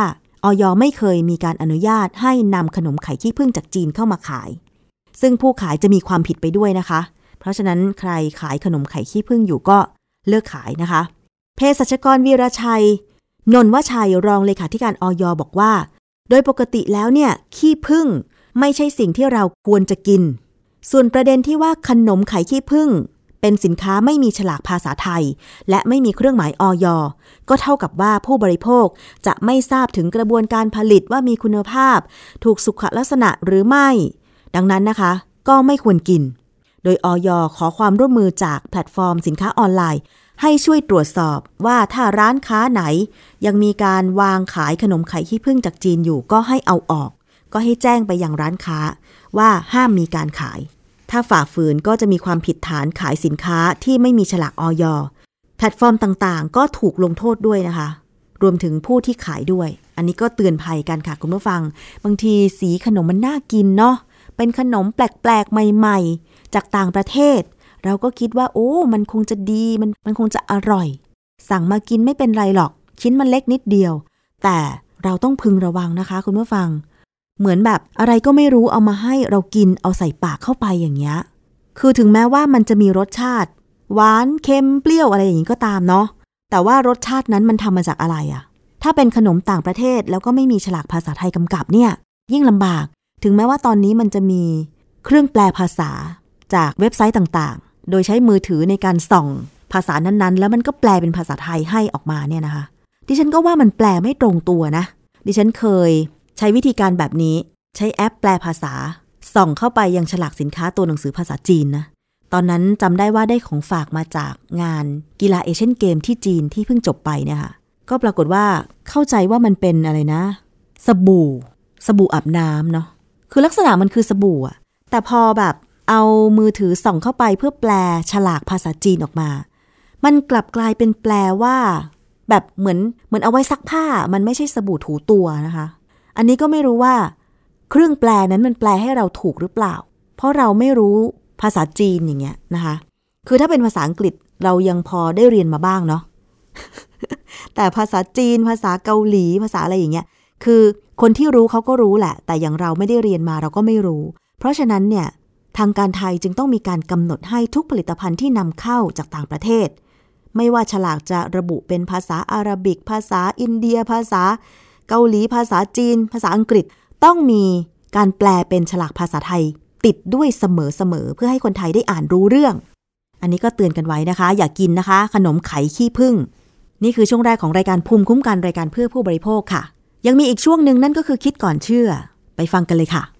อย.ไม่เคยมีการอนุญาตให้นำขนมไข่ขี้ผึ้งจากจีนเข้ามาขายซึ่งผู้ขายจะมีความผิดไปด้วยนะคะเพราะฉะนั้นใครขายขนมไข่ขี้ผึ้งอยู่ก็เลิกขายนะคะเภสัชกรวีรชัยนนท์วชัยรองเลขาธิการอย.บอกว่าโดยปกติแล้วเนี่ยขี้ผึ้งไม่ใช่สิ่งที่เราควรจะกินส่วนประเด็นที่ว่าขนมไข่ขี้ผึ้งเป็นสินค้าไม่มีฉลากภาษาไทยและไม่มีเครื่องหมายอย.ก็เท่ากับว่าผู้บริโภคจะไม่ทราบถึงกระบวนการผลิตว่ามีคุณภาพถูกสุขลักษณะหรือไม่ดังนั้นนะคะก็ไม่ควรกินโดยอย.ขอความร่วมมือจากแพลตฟอร์มสินค้าออนไลน์ให้ช่วยตรวจสอบว่าถ้าร้านค้าไหนยังมีการวางขายขนมไข่ขี้ผึ้งจากจีนอยู่ก็ให้เอาออกก็ให้แจ้งไปยังร้านค้าว่าห้ามมีการขายถ้าฝ่าฝืนก็จะมีความผิดฐานขายสินค้าที่ไม่มีฉลากอย.แพลตฟอร์มต่างๆก็ถูกลงโทษด้วยนะคะรวมถึงผู้ที่ขายด้วยอันนี้ก็เตือนภัยกันค่ะคุณผู้ฟังบางทีสีขนมมันน่ากินเนาะเป็นขนมแปลกๆใหม่ๆจากต่างประเทศเราก็คิดว่าโอ้มันคงจะดีมันมันคงจะอร่อยสั่งมากินไม่เป็นไรหรอกชิ้นมันเล็กนิดเดียวแต่เราต้องพึงระวังนะคะคุณผู้ฟังเหมือนแบบอะไรก็ไม่รู้เอามาให้เรากินเอาใส่ปากเข้าไปอย่างเงี้ยคือถึงแม้ว่ามันจะมีรสชาติหวานเค็มเปรี้ยวอะไรอย่างนี้ก็ตามเนาะแต่ว่ารสชาตินั้นมันทำมาจากอะไรอะถ้าเป็นขนมต่างประเทศแล้วก็ไม่มีฉลากภาษาไทยกำกับเนี่ยยิ่งลำบากถึงแม้ว่าตอนนี้มันจะมีเครื่องแปลภาษาจากเว็บไซต์ต่างๆโดยใช้มือถือในการส่องภาษานั้นๆแล้วมันก็แปลเป็นภาษาไทยให้ออกมาเนี่ยนะคะดิฉันก็ว่ามันแปลไม่ตรงตัวนะดิฉันเคยใช้วิธีการแบบนี้ใช้แอปแปลภาษาส่องเข้าไปยังฉลากสินค้าตัวหนังสือภาษาจีนนะตอนนั้นจำได้ว่าได้ของฝากมาจากงานกีฬาเอเชียนเกมที่จีนที่เพิ่งจบไปเนี่ยค่ะก็ปรากฏว่าเข้าใจว่ามันเป็นอะไรนะสบู่สบู่อาบน้ำเนาะคือลักษณะมันคือสบู่อะแต่พอแบบเอามือถือส่องเข้าไปเพื่อแปลฉลากภาษาจีนออกมามันกลับกลายเป็นแปลว่าแบบเหมือนเหมือนเอาไว้ซักผ้ามันไม่ใช่สบู่ถูตัวนะคะอันนี้ก็ไม่รู้ว่าเครื่องแปลนั้นมันแปลให้เราถูกหรือเปล่าเพราะเราไม่รู้ภาษาจีนอย่างเงี้ยนะคะคือถ้าเป็นภาษาอังกฤษเรายังพอได้เรียนมาบ้างเนาะ แต่ภาษาจีนภาษาเกาหลีภาษาอะไรอย่างเงี้ยคือคนที่รู้เขาก็รู้แหละแต่อย่างเราไม่ได้เรียนมาเราก็ไม่รู้เพราะฉะนั้นเนี่ยทางการไทยจึงต้องมีการกำหนดให้ทุกผลิตภัณฑ์ที่นำเข้าจากต่างประเทศไม่ว่าฉลากจะระบุเป็นภาษาอาหรับิกภาษาอินเดียภาษาเกาหลีภาษาจีนภาษาอังกฤษต้องมีการแปลเป็นฉลากภาษาไทยติดด้วยเสมอๆเพื่อให้คนไทยได้อ่านรู้เรื่องอันนี้ก็เตือนกันไว้นะคะอย่ากินนะคะขนมไข่ขี้ผึ้งนี่คือช่วงแรกของรายการภูมิคุ้มกันรายการเพื่อผู้บริโภคค่ะยังมีอีกช่วงนึงนั่นก็คือคิดก่อนเชื่อไปฟังกันเลยค่ะ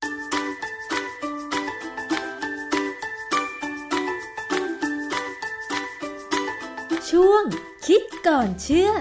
ช่วงคิดก่อนเชื่อ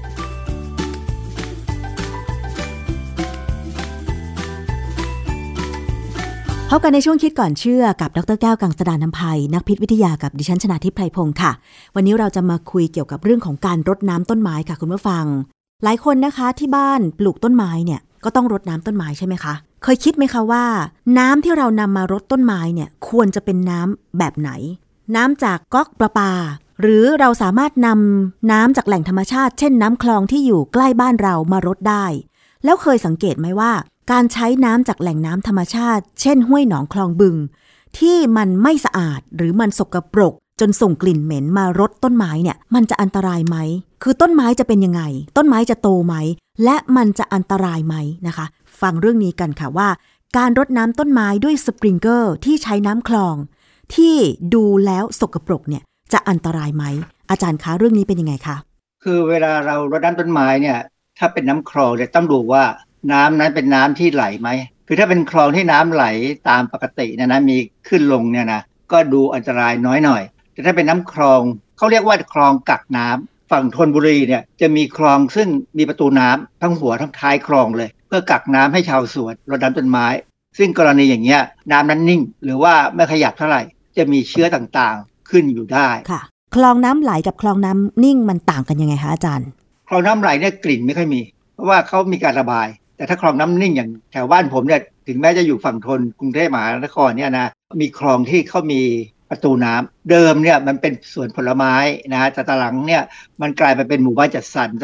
พบกันในช่วงคิดก่อนเชื่อกับดร.แก้วกังสดาลอำไพนักพิษวิทยากับดิฉันชนาทิพย์ไพรพงศ์ค่ะวันนี้เราจะมาคุยเกี่ยวกับเรื่องของการรดน้ำต้นไม้ค่ะคุณผู้ฟังหลายคนนะคะที่บ้านปลูกต้นไม้เนี่ยก็ต้องรดน้ำต้นไม้ใช่ไหมคะเคยคิดไหมคะว่าน้ำที่เรานำมารดต้นไม้เนี่ยควรจะเป็นน้ำแบบไหนน้ำจากก๊อกประปาหรือเราสามารถนำน้ำจากแหล่งธรรมชาติเช่นน้ำคลองที่อยู่ใกล้บ้านเรามารดได้แล้วเคยสังเกตไหมว่าการใช้น้ำจากแหล่งน้ำธรรมชาติเช่นห้วยหนองคลองบึงที่มันไม่สะอาดหรือมันสกปรกจนส่งกลิ่นเหม็นมารดต้นไม้เนี่ยมันจะอันตรายไหมคือต้นไม้จะเป็นยังไงต้นไม้จะโตไหมและมันจะอันตรายไหมนะคะฟังเรื่องนี้กันค่ะว่าการรดน้ำต้นไม้ด้วยสปริงเกอร์ที่ใช้น้ำคลองที่ดูแล้วสกปรกเนี่ยจะอันตรายไหมอาจารย์คะเรื่องนี้เป็นยังไงคะคือเวลาเรารดน้ำต้นไม้เนี่ยถ้าเป็นน้ำคลองเนี่ยต้องดูว่าน้ำนั้นเป็นน้ำที่ไหลไหมคือถ้าเป็นคลองที่น้ำไหลตามปกตินะนะมีขึ้นลงเนี่ยนะก็ดูอันตรายน้อยหน่อยแต่ถ้าเป็นน้ำคลองเขาเรียกว่าคลองกักน้ำฝั่งธนบุรีเนี่ยจะมีคลองซึ่งมีประตูน้ำทั้งหัวทั้งท้ายคลองเลยเพื่อกักน้ำให้ชาวสวนรดน้ำต้นไม้ซึ่งกรณีอย่างเงี้ยน้ำนั้นนิ่งหรือว่าไม่ขยับเท่าไหร่จะมีเชื้อต่างๆขึ้นอยู่ได้ค่ะคลองน้ำไหลกับคลองน้ำนิ่งมันต่างกันยังไงคะอาจารย์คลองน้ำไหลเนี่ยกลิ่นไม่ค่อยมีเพราะว่าเขามีการระบายแต่ถ้าคลองน้ำนิ่งอย่างแถวบ้านผมเนี่ยถึงแม้จะอยู่ฝั่งธนกรุงเทพมหานครเนี่ยนะมีคลองที่เขามีประตูน้ำเดิมเนี่ยมันเป็นสวนผลไม้นะแต่ตอนหลังเนี่ยมันกลายไปเป็นหมู่บ้านจัดสรรซะ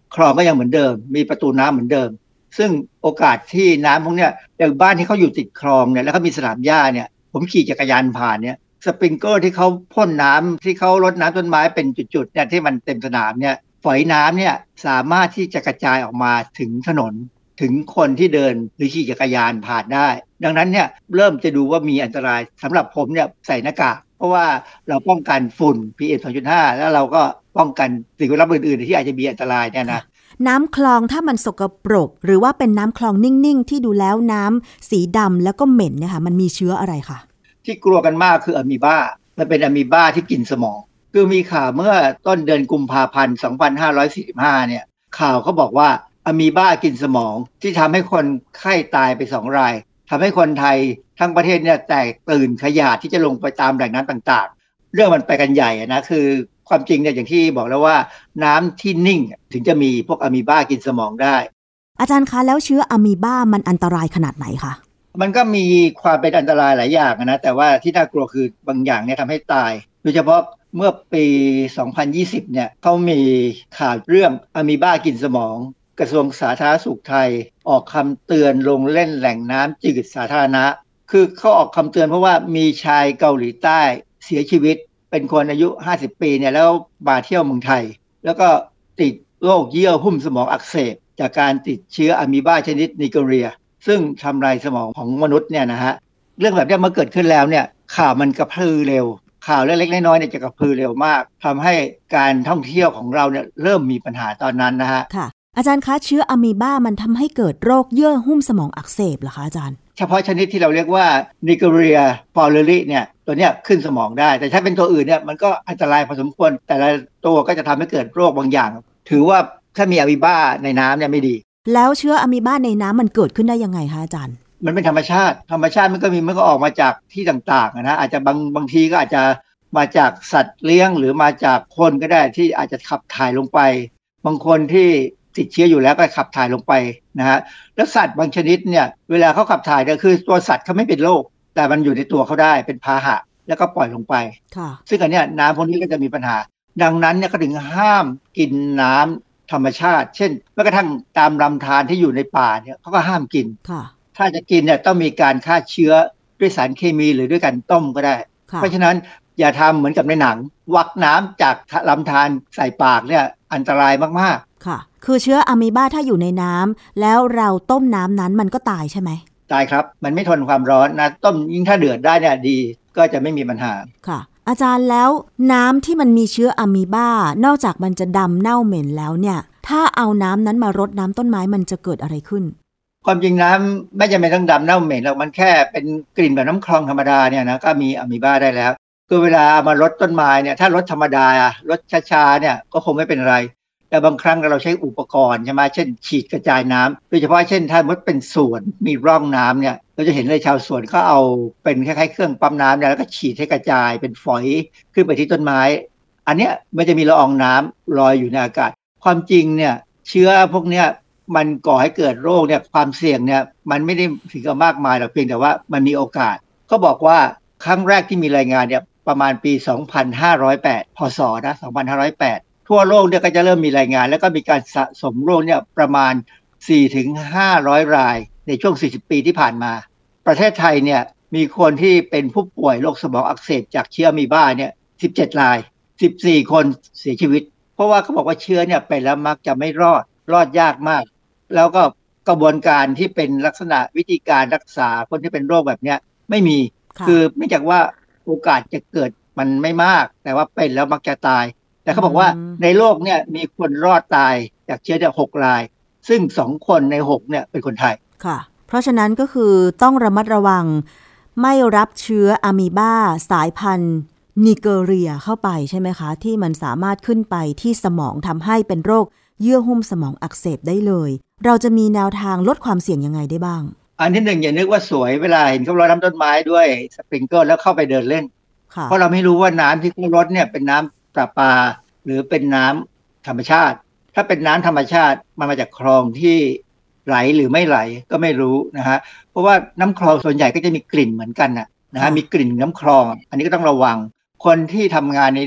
คลองก็ยังเหมือนเดิมมีประตูน้ำเหมือนเดิมซึ่งโอกาสที่น้ำพวกเนี้ยอย่างบ้านที่เขาอยู่ติดคลองเนี่ยแล้วก็มีสนามหญ้าเนี่ยผมขี่จักรยานผ่านเนี่ยสปริงเกอร์ที่เขาพ่นน้ำที่เขารดน้ำต้นไม้เป็นจุดๆเนี่ยที่มันเต็มสนามเนี่ยฝอยน้ำเนี่ยสามารถที่จะกระจายออกมาถึงถนนถึงคนที่เดินหรือขี่จักรยานผ่านได้ดังนั้นเนี่ยเริ่มจะดูว่ามีอันตรายสำหรับผมเนี่ยใส่หน้ากากเพราะว่าเราป้องกันฝุ่น พี เอ็ม สองจุดห้า แล้วเราก็ป้องกันสิ่งแวดล้อมอื่นๆที่อาจจะมีอันตรายเนี่ยนะน้ำคลองถ้ามันสกปรกหรือว่าเป็นน้ำคลองนิ่งๆที่ดูแล้วน้ำสีดำแล้วก็เหม็นเนี่ยค่ะมันมีเชื้ออะไรคะที่กลัวกันมากคืออะมีบ้ามันเป็นอะมีบ้าที่กินสมองคือมีข่าวเมื่อต้นเดือนกุมภาพันธ์สองพันห้าร้อยสี่สิบห้าเนี่ยข่าวเขาบอกว่าอะมีบ้ากินสมองที่ทำให้คนไข้ตายไปสองรายทำให้คนไทยทั้งประเทศเนี่ยแตกตื่นขยาดที่จะลงไปตามแหล่งน้ำต่างๆเรื่องมันไปกันใหญ่นะคือความจริงเนี่ยอย่างที่บอกแล้วว่าน้ำที่นิ่งถึงจะมีพวกอะมีบ้ากินสมองได้อาจารย์คะแล้วเชื้ออะมีบ้ามันอันตรายขนาดไหนคะมันก็มีความเป็นอันตรายหลายอย่างนะแต่ว่าที่น่ากลัวคือบางอย่างเนี่ยทำให้ตายโดยเฉพาะเมื่อปีสองพันยี่สิบเนี่ยเขามีข่าวเรื่องอะมีบ้ากินสมองกระทรวงสาธารณสุขไทยออกคำเตือนลงเล่นแหล่งน้ำจืดสาธารณะคือเขาออกคำเตือนเพราะว่ามีชายเกาหลีใต้เสียชีวิตเป็นคนอายุห้าสิบปีเนี่ยแล้วมาเที่ยวเมืองไทยแล้วก็ติดโรคเยื่อหุ้มสมองอักเสบจากการติดเชื้ออะมีบ้าชนิดนิเกเรียซึ่งทำลายสมองของมนุษย์เนี่ยนะฮะเรื่องแบบนี้มาเกิดขึ้นแล้วเนี่ยข่าวมันกระพือเร็วข่าวเล็กๆน้อยๆเนี่ยจะกระพือเร็วมากทำให้การท่องเที่ยวของเราเนี่ยเริ่มมีปัญหาตอนนั้นนะฮะค่ะอาจารย์คะเชื้ออะมีบ้ามันทำให้เกิดโรคเยื่อหุ้มสมองอักเสบเหรอคะอาจารย์เฉพาะชนิดที่เราเรียกว่านิเกเรียฟอลเลอรี่เนี่ยตัวเนี้ยขึ้นสมองได้แต่ถ้าเป็นตัวอื่นเนี่ยมันก็อันตรายพอสมควรแต่ละตัวก็จะทำให้เกิดโรคบางอย่างถือว่าถ้ามีอะมีบ้าในน้ำเนี่ยไม่ดีแล้วเชื้ออะมีบ้าในน้ำมันเกิดขึ้นได้ยังไงคะอาจารย์มันเป็นธรรมชาติธรรมชาติมันก็มีมันก็ออกมาจากที่ต่างๆนะอาจจะบางบางทีก็อาจจะมาจากสัตว์เลี้ยงหรือมาจากคนก็ได้ที่อาจจะขับถ่ายลงไปบางคนที่ติดเชื้ออยู่แล้วก็ขับถ่ายลงไปนะฮะแล้วสัตว์บางชนิดเนี่ยเวลาเขาขับถ่ายเนี่ยคือตัวสัตว์เขาไม่เป็นโรคแต่มันอยู่ในตัวเขาได้เป็นพาหะแล้วก็ปล่อยลงไปซึ่งอันเนี้ยน้ำพวกนี้ก็จะมีปัญหาดังนั้นเนี่ยก็ถึงห้ามกินน้ำธรรมชาติเช่นแม้กระทั่งตามลำธารที่อยู่ในป่าเนี่ยเขาก็ห้ามกินถ้าจะกินเนี่ยต้องมีการฆ่าเชื้อด้วยสารเคมีหรือด้วยการต้มก็ได้เพราะฉะนั้นอย่าทำเหมือนกับในหนังวักน้ำจากลำธารใส่ปากเนี่ยอันตรายมากๆค่ะคือเชื้ออะมีบ้าถ้าอยู่ในน้ำแล้วเราต้มน้ำนั้นมันก็ตายใช่ไหมตายครับมันไม่ทนความร้อนนะต้มยิ่งถ้าเดือดได้เนี่ยดีก็จะไม่มีปัญหาค่ะอาจารย์แล้วน้ำที่มันมีเชื้ออะมีบ้านอกจากมันจะดำเน่าเหม็นแล้วเนี่ยถ้าเอาน้ำนั้นมารดน้ำต้นไม้มันจะเกิดอะไรขึ้นความจริงน้ำไม่จำเป็นต้องดำเน่าเหม็นหรอกมันแค่เป็นกลิ่นแบบน้ำคลองธรรมดาเนี่ยนะก็มีอะมีบ้าได้แล้วคือเวลามารดต้นไม้เนี่ยถ้ารดธรรมดารดช้าๆเนี่ยก็คงไม่เป็นไรแต่บางครั้งเราใช้อุปกรณ์ใช่ไหมเช่นฉีดกระจายน้ำโดยเฉพาะเช่นถ้ามันเป็นสวนมีร่องน้ำเนี่ยเราจะเห็นเลยชาวสวนเขาเอาเป็นคล้ายๆเครื่องปั๊มน้ำเนี่ยแล้วก็ฉีดให้กระจายเป็นฝอยขึ้นไปที่ต้นไม้อันเนี้ยมันจะมีละอองน้ำลอยอยู่ในอากาศความจริงเนี่ยเชื้อพวกเนี้ยมันก่อให้เกิดโรคเนี่ยความเสี่ยงเนี่ยมันไม่ได้ถึงกับมากมายหรอกเพียงแต่ว่ามันมีโอกาสเขาบอกว่าครั้งแรกที่มีรายงานเนี่ยประมาณปีสองพันห้าร้อยแปดพศนะสองพันห้าร้อยแปดทั่วโลกเนี่ยก็จะเริ่มมีรายงานแล้วก็มีการสะสมโรคเนี่ยประมาณ สี่ถึงห้าร้อย รายในช่วงสี่สิบปีที่ผ่านมาประเทศไทยเนี่ยมีคนที่เป็นผู้ป่วยโรคสมองอักเสบจากเชื้ออะมีบ้าเนี่ยสิบเจ็ดรายสิบสี่คนเสียชีวิตเพราะว่าเขาบอกว่าเชื้อเนี่ยเป็นแล้วมักจะไม่รอดรอดยากมากแล้วก็กระบวนการที่เป็นลักษณะวิธีการรักษาคนที่เป็นโรคแบบเนี้ยไม่มีคือเนื่องจากว่าโอกาสจะเกิดมันไม่มากแต่ว่าเป็นแล้วมักจะตายแต่เขาบอกว่าในโลกเนี่ยมีคนรอดตายจากเชื้อเนี่ยหกรายซึ่งสองคนในหกเนี่ยเป็นคนไทยค่ะเพราะฉะนั้นก็คือต้องระมัดระวังไม่รับเชื้ออะมีบ้าสายพันธุ์นิเกเรียเข้าไปใช่ไหมคะที่มันสามารถขึ้นไปที่สมองทำให้เป็นโรคเยื่อหุ้มสมองอักเสบได้เลยเราจะมีแนวทางลดความเสี่ยงยังไงได้บ้างอันที่หนึ่งอย่านึกว่าสวยเวลาเห็นเขารดน้ำต้นไม้ด้วยสปริงเกิลแล้วเข้าไปเดินเล่นเพราะเราไม่รู้ว่าน้ำที่เขารดเนี่ยเป็นน้ำประปาหรือเป็นน้ำธรรมชาติถ้าเป็นน้ำธรรมชาติมันมาจากคลองที่ไหลหรือไม่ไหลก็ไม่รู้นะฮะเพราะว่าน้ำคลองส่วนใหญ่ก็จะมีกลิ่นเหมือนกันนะนะฮะมีกลิ่นน้ำคลองอันนี้ก็ต้องระวังคนที่ทำงานใน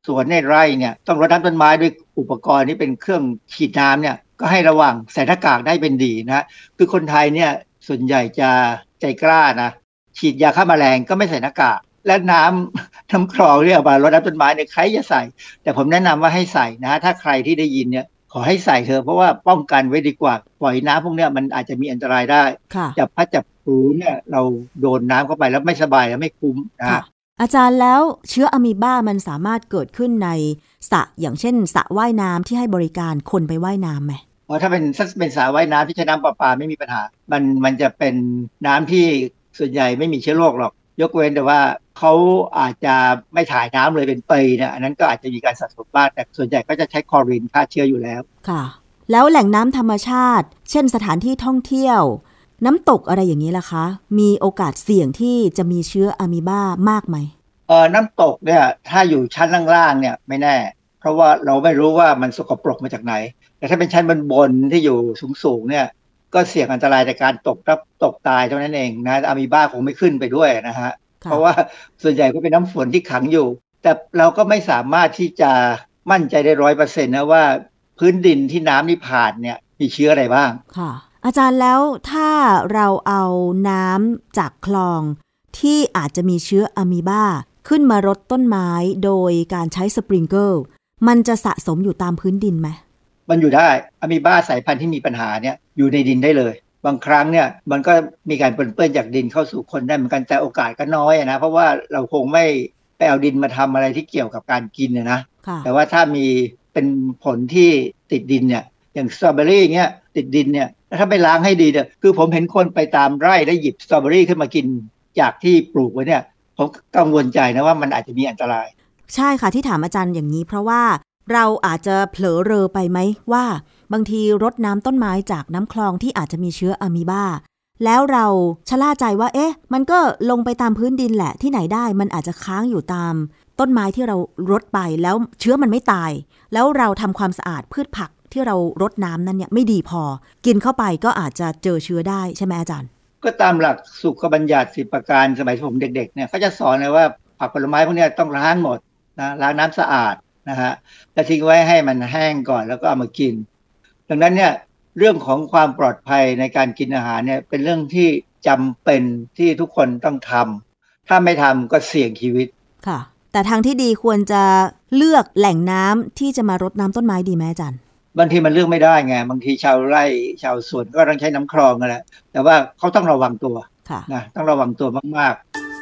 สวนในไร่เนี่ยต้องรดน้ำต้นไม้ด้วยอุปกรณ์ที่เป็นเครื่องฉีดน้ำเนี่ยก็ให้ระวังใส่หน้ากากได้เป็นดีนะคือคนไทยเนี่ยส่วนใหญ่จะใจกล้านะฉีดยาฆ่าแมลงก็ไม่ใส่หน้ากากและน้ำน้ำคลองเนี่ยมารดน้ำต้นไม้เนี่ยใครจะใส่แต่ผมแนะนำว่าให้ใส่นะถ้าใครที่ได้ยินเนี่ยขอให้ใส่เถอะเพราะว่าป้องกันไว้ดีกว่าปล่อยน้ำพวกนี้มันอาจจะมีอันตรายได้จับพัดจับผูเนี่ยเราโดนน้ำเข้าไปแล้วไม่สบายแล้วไม่คุ้มนะอาจารย์แล้วเชื้ออะมีบามันสามารถเกิดขึ้นในสระอย่างเช่นสระว่ายน้ำที่ให้บริการคนไปว่ายน้ำไหมอ๋อถ้าเป็นเป็นสระว่ายน้ำที่ใช้น้ำประปาไม่มีปัญหามันมันจะเป็นน้ำที่ส่วนใหญ่ไม่มีเชื้อโรคหรอกยกเว้นแต่ว่าเขาอาจจะไม่ถ่ายน้ำเลยเป็นปีเนี่ยอันนั้นก็อาจจะมีการสะสมบ้างแต่ส่วนใหญ่ก็จะใช้คลอรีนฆ่าเชื้ออยู่แล้วค่ะแล้วแหล่งน้ำธรรมชาติเช่นสถานที่ท่องเที่ยวน้ำตกอะไรอย่างนี้ล่ะคะมีโอกาสเสี่ยงที่จะมีเชื้ออะมีบามากไหมเออน้ำตกเนี่ยถ้าอยู่ชั้นล่างๆเนี่ยไม่แน่เพราะว่าเราไม่รู้ว่ามันสกปรกมาจากไหนแต่ถ้าเป็นชั้นบนๆที่อยู่สูงๆเนี่ยก็เสี่ยงอันตรายในการตกรับตกตายเท่านั้นเองนะอะมีบาคงไม่ขึ้นไปด้วยนะฮะเพราะว่าส่วนใหญ่ก็เป็นน้ำฝนที่ขังอยู่แต่เราก็ไม่สามารถที่จะมั่นใจได้ร้อยเปอร์เซ็นต์นะว่าพื้นดินที่น้ำนี่ผ่านเนี่ยมีเชื้ออะไรบ้างค่ะอาจารย์แล้วถ้าเราเอาน้ำจากคลองที่อาจจะมีเชื้ออะมีบาขึ้นมารดต้นไม้โดยการใช้สปริงเกิลมันจะสะสมอยู่ตามพื้นดินไหมมันอยู่ได้อะมีบาสายพันธุ์ที่มีปัญหาเนี่ยอยู่ในดินได้เลยบางครั้งเนี่ยมันก็มีการปนเปื้อนจากดินเข้าสู่คนได้เหมือนกันแต่โอกาสก็น้อยนะเพราะว่าเราคงไม่ไปเอาดินมาทำอะไรที่เกี่ยวกับการกินนะแต่ว่าถ้ามีเป็นผลที่ติดดินเนี่ยอย่างสตรอเบอรี่เงี้ยติดดินเนี่ยถ้าไปล้างให้ดีเนี่ยคือผมเห็นคนไปตามไร่แล้วหยิบสตรอเบอรี่ขึ้นมากินจากที่ปลูกไว้เนี่ยผมกังวลใจนะว่ามันอาจจะมีอันตรายใช่ค่ะที่ถามอาจารย์อย่างนี้เพราะว่าเราอาจจะเผลอเรอไปไหมว่าบางทีรดน้ำต้นไม้จากน้ำคลองที่อาจจะมีเชื้ออะมีบาแล้วเราชะล่าใจว่าเอ๊ะมันก็ลงไปตามพื้นดินแหละที่ไหนได้มันอาจจะค้างอยู่ตามต้นไม้ที่เรารดไปแล้วเชื้อมันไม่ตายแล้วเราทำความสะอาดพืชผักที่เรารดน้ำนั้นเนี่ยไม่ดีพอกินเข้าไปก็อาจจะเจอเชื้อได้ใช่ไหมอาจารย์ก็ตามหลักสุขบัญญัติสิบประการสมัยผมเด็กๆเนี่ยเขาจะสอนเลยว่าผักผลไม้พวกนี้ต้องล้างหมดนะล้างน้ำสะอาดนะฮะแล้วทิ้งไว้ให้มันแห้งก่อนแล้วก็เอามากินดังนั้นเนี่ยเรื่องของความปลอดภัยในการกินอาหารเนี่ยเป็นเรื่องที่จำเป็นที่ทุกคนต้องทำถ้าไม่ทำก็เสี่ยงชีวิตค่ะแต่ทางที่ดีควรจะเลือกแหล่งน้ำที่จะมารดน้ำต้นไม้ดีไหมอาจารย์บางทีมันเลือกไม่ได้ไงบางทีชาวไร่ชาวสวนก็ต้องใช้น้ำคลองกันแหละแต่ว่าเขาต้องระวังตัวนะต้องระวังตัวมาก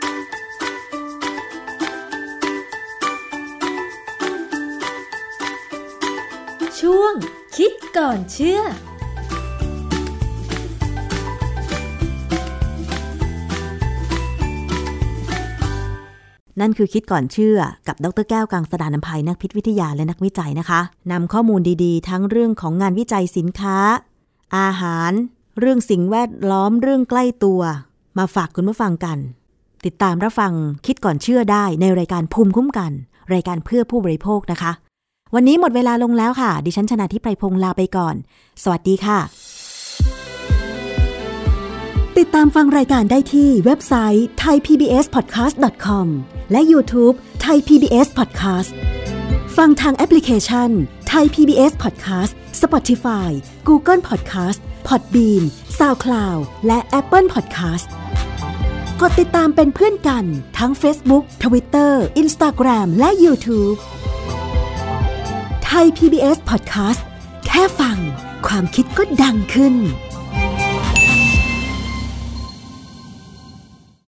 ๆช่วงคิดก่อนเชื่อนั่นคือคิดก่อนเชื่อกับดร.แก้วกังสดาลอำไพนักพิษวิทยาและนักวิจัยนะคะนำข้อมูลดีๆทั้งเรื่องของงานวิจัยสินค้าอาหารเรื่องสิ่งแวดล้อมเรื่องใกล้ตัวมาฝากคุณผู้ฟังกันติดตามรับฟังคิดก่อนเชื่อได้ในรายการภูมิคุ้มกันรายการเพื่อผู้บริโภคนะคะวันนี้หมดเวลาลงแล้วค่ะดิฉันชนาธิป ไพรพงษ์ลาไปก่อนสวัสดีค่ะติดตามฟังรายการได้ที่เว็บไซต์ ไทยพีบีเอสพอดแคสต์ ดอท คอม และ YouTube Thai พี บี เอส Podcast ฟังทางแอปพลิเคชัน Thai พี บี เอส Podcast Spotify Google Podcast Podbean SoundCloud และ Apple Podcast กดติดตามเป็นเพื่อนกันทั้ง Facebook Twitter Instagram และ YouTube Thai พี บี เอส Podcast แค่ฟังความคิดก็ดังขึ้น